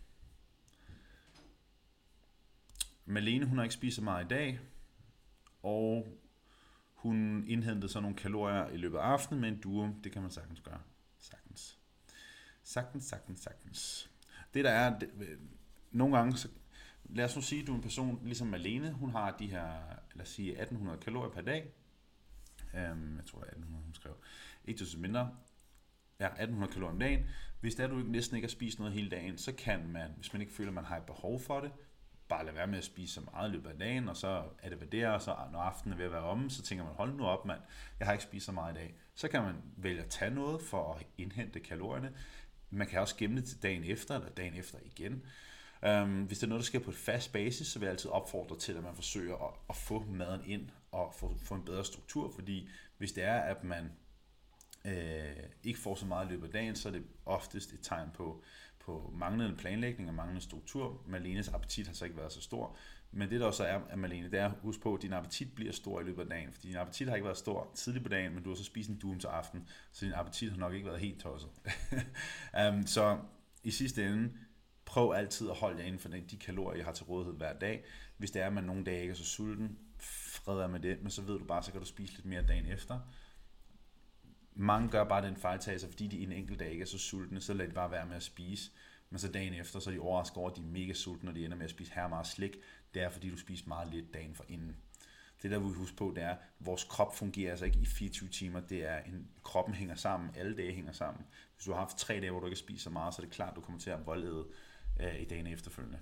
Malene, hun har ikke spist så meget i dag, og hun indhentede så nogle kalorier i løbet af aftenen med en duo. Det kan man sagtens gøre. Sagtens. Sagtens, sagtens, sagtens. Det der er, det, nogle gange, så, lad os nu sige, at du er en person, ligesom Malene, hun har de her, lad os sige, atten hundrede kalorier per dag. Um, jeg tror, det er atten hundrede, hun skrev. Ikke til så mindre. Ja, atten hundrede kalorier om dagen. Hvis det er, du næsten ikke har spist noget hele dagen, så kan man, hvis man ikke føler, at man har et behov for det, bare lade være med at spise så meget i løbet af dagen, og så er det hvad det er, og så når aftenen er ved at være omme, så tænker man, hold nu op, mand, jeg har ikke spist så meget i dag. Så kan man vælge at tage noget for at indhente kalorierne. Man kan også gemme det til dagen efter, eller dagen efter igen. Um, hvis det er noget, der sker på et fast basis, så vil jeg altid opfordre til, at man forsøger at, at få maden ind, og få, få en bedre struktur, fordi hvis det er, at man øh, ikke får så meget i løbet af dagen, så er det oftest et tegn på, på manglende planlægning og manglende struktur. Malenes appetit har så ikke været så stor. Men det der også er, at Malene, det er, husk på, at din appetit bliver stor i løbet af dagen. Fordi din appetit har ikke været stor tidligt på dagen, men du har så spist en duum til aften, så din appetit har nok ikke været helt tosset. um, så i sidste ende, prøv altid at holde jer inden for de kalorier, jeg har til rådighed hver dag. Hvis det er, at man nogle dage ikke er så sulten, fred er med det, men så ved du bare, så kan du spise lidt mere dagen efter. Mange gør bare den fejltagelse, fordi de i en enkelt dag ikke er så sultne, så lader de bare være med at spise. Men så dagen efter, så er de overrasket over, at de er mega sultne, og de ender med at spise her meget slik. Det er, fordi du spiser meget lidt dagen for inden. Det der, vi husker på, det er, at vores krop fungerer altså ikke i fireogtyve timer. Det er en, kroppen hænger sammen, alle dage hænger sammen. Hvis du har haft tre dage, hvor du ikke spiser så meget, så er det klart, at du kommer til at voldede øh, i dagene efterfølgende.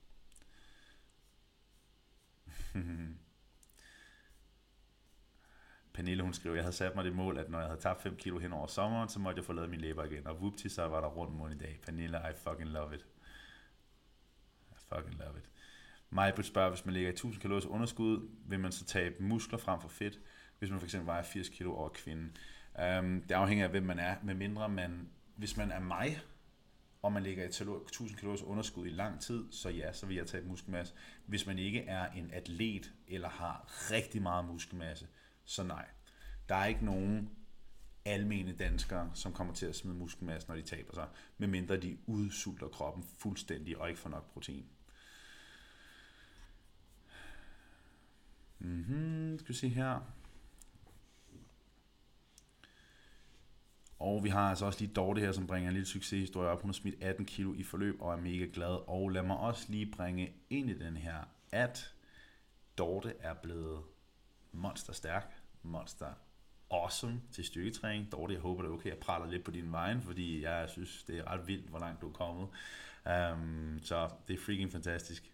Pernille, hun skriver, jeg havde sat mig det mål, at når jeg havde tabt fem kilo hen over sommeren, så måtte jeg få lavet mine læber igen. Og whoopty, så var der rundt mål i dag. Pernille, I fucking love it. I fucking love it. Majbrit spørger, hvis man ligger i tusind kalorier underskud, vil man så tabe muskler frem for fedt, hvis man for eksempel vejer firs kilo over kvinden. Um, det afhænger af, hvem man er, med mindre man, hvis man er mig, og man ligger i tusind kalorier underskud i lang tid, så ja, så vil jeg tabe muskelmasse. Hvis man ikke er en atlet, eller har rigtig meget muskelmasse, så nej. Der er ikke nogen almene danskere, som kommer til at smide muskelmasse, når de taber sig, medmindre de udsulter kroppen fuldstændig og ikke får nok protein. Mm-hmm, skal vi se her. Og vi har altså også lige Dorte her, som bringer en lille succeshistorie op. Hun har smidt atten kilo i forløb og er mega glad. Og lad mig også lige bringe ind i den her, at Dorte er blevet monster stærk, monster awesome til styrketræning. Dorte, jeg håber det er okay, jeg praler lidt på din vejen, fordi jeg synes, det er ret vildt, hvor langt du er kommet. Um, så det er freaking fantastisk.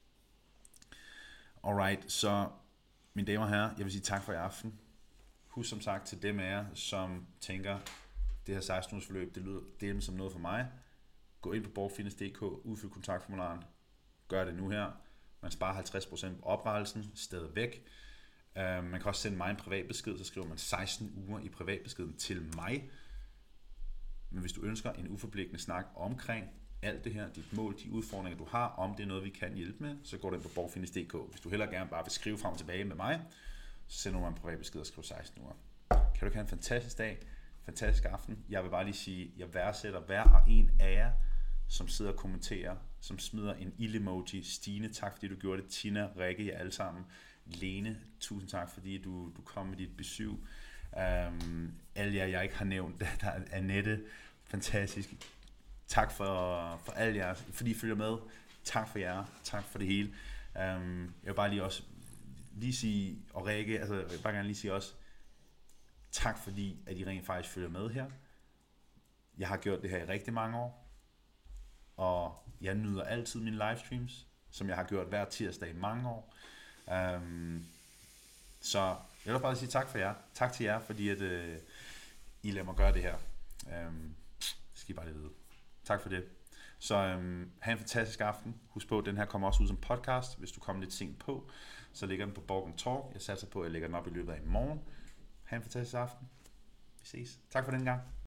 Alright, så mine damer og herrer, jeg vil sige tak for i aften. Husk som sagt til dem af jer, som tænker, det her seksten ugers forløb, det lyder det som noget for mig. Gå ind på borgfitness punktum d k, udfyld kontaktformularen, gør det nu her. Man sparer halvtreds procent på oprettelsen, stedet væk. Uh, man kan også sende mig en privatbesked, så skriver man seksten uger i privatbeskeden til mig. Men hvis du ønsker en uforpligtende snak omkring alt det her, dit mål, de udfordringer, du har, om det er noget, vi kan hjælpe med, så går du ind på borgfitness punktum d k. Hvis du hellere gerne bare vil skrive frem og tilbage med mig, så sender du mig en privatbesked og skriver seksten uger. Kan du ikke have en fantastisk dag, fantastisk aften. Jeg vil bare lige sige, jeg værdsætter hver og en af jer, som sidder og kommenterer, som smider en ild-emoji. Stine, tak fordi du gjorde det. Tina, Rikke, jer alle sammen. Lene, tusind tak fordi du, du kom med dit besøg. Um, alle jer, jeg ikke har nævnt, der er Annette, fantastisk. Tak for, for alle jer, fordi I følger med. Tak for jer, tak for det hele. Um, jeg vil bare lige også lige sige, og Rikke, altså jeg vil bare gerne lige sige også, tak fordi, at I rent faktisk følger med her. Jeg har gjort det her i rigtig mange år, og jeg nyder altid mine livestreams, som jeg har gjort hver tirsdag i mange år. Um, så jeg vil bare sige tak for jer. Tak til jer, fordi at, uh, I lader mig gøre det her. Um, det skal I bare lige vide. Tak for det. Så um, have en fantastisk aften. Husk på, at den her kommer også ud som podcast. Hvis du kommer lidt sent på, så ligger den på Borg and Talk. Jeg satser på, at jeg lægger den op i løbet af i morgen. Ha' en fantastisk aften. Vi ses. Tak for den gang.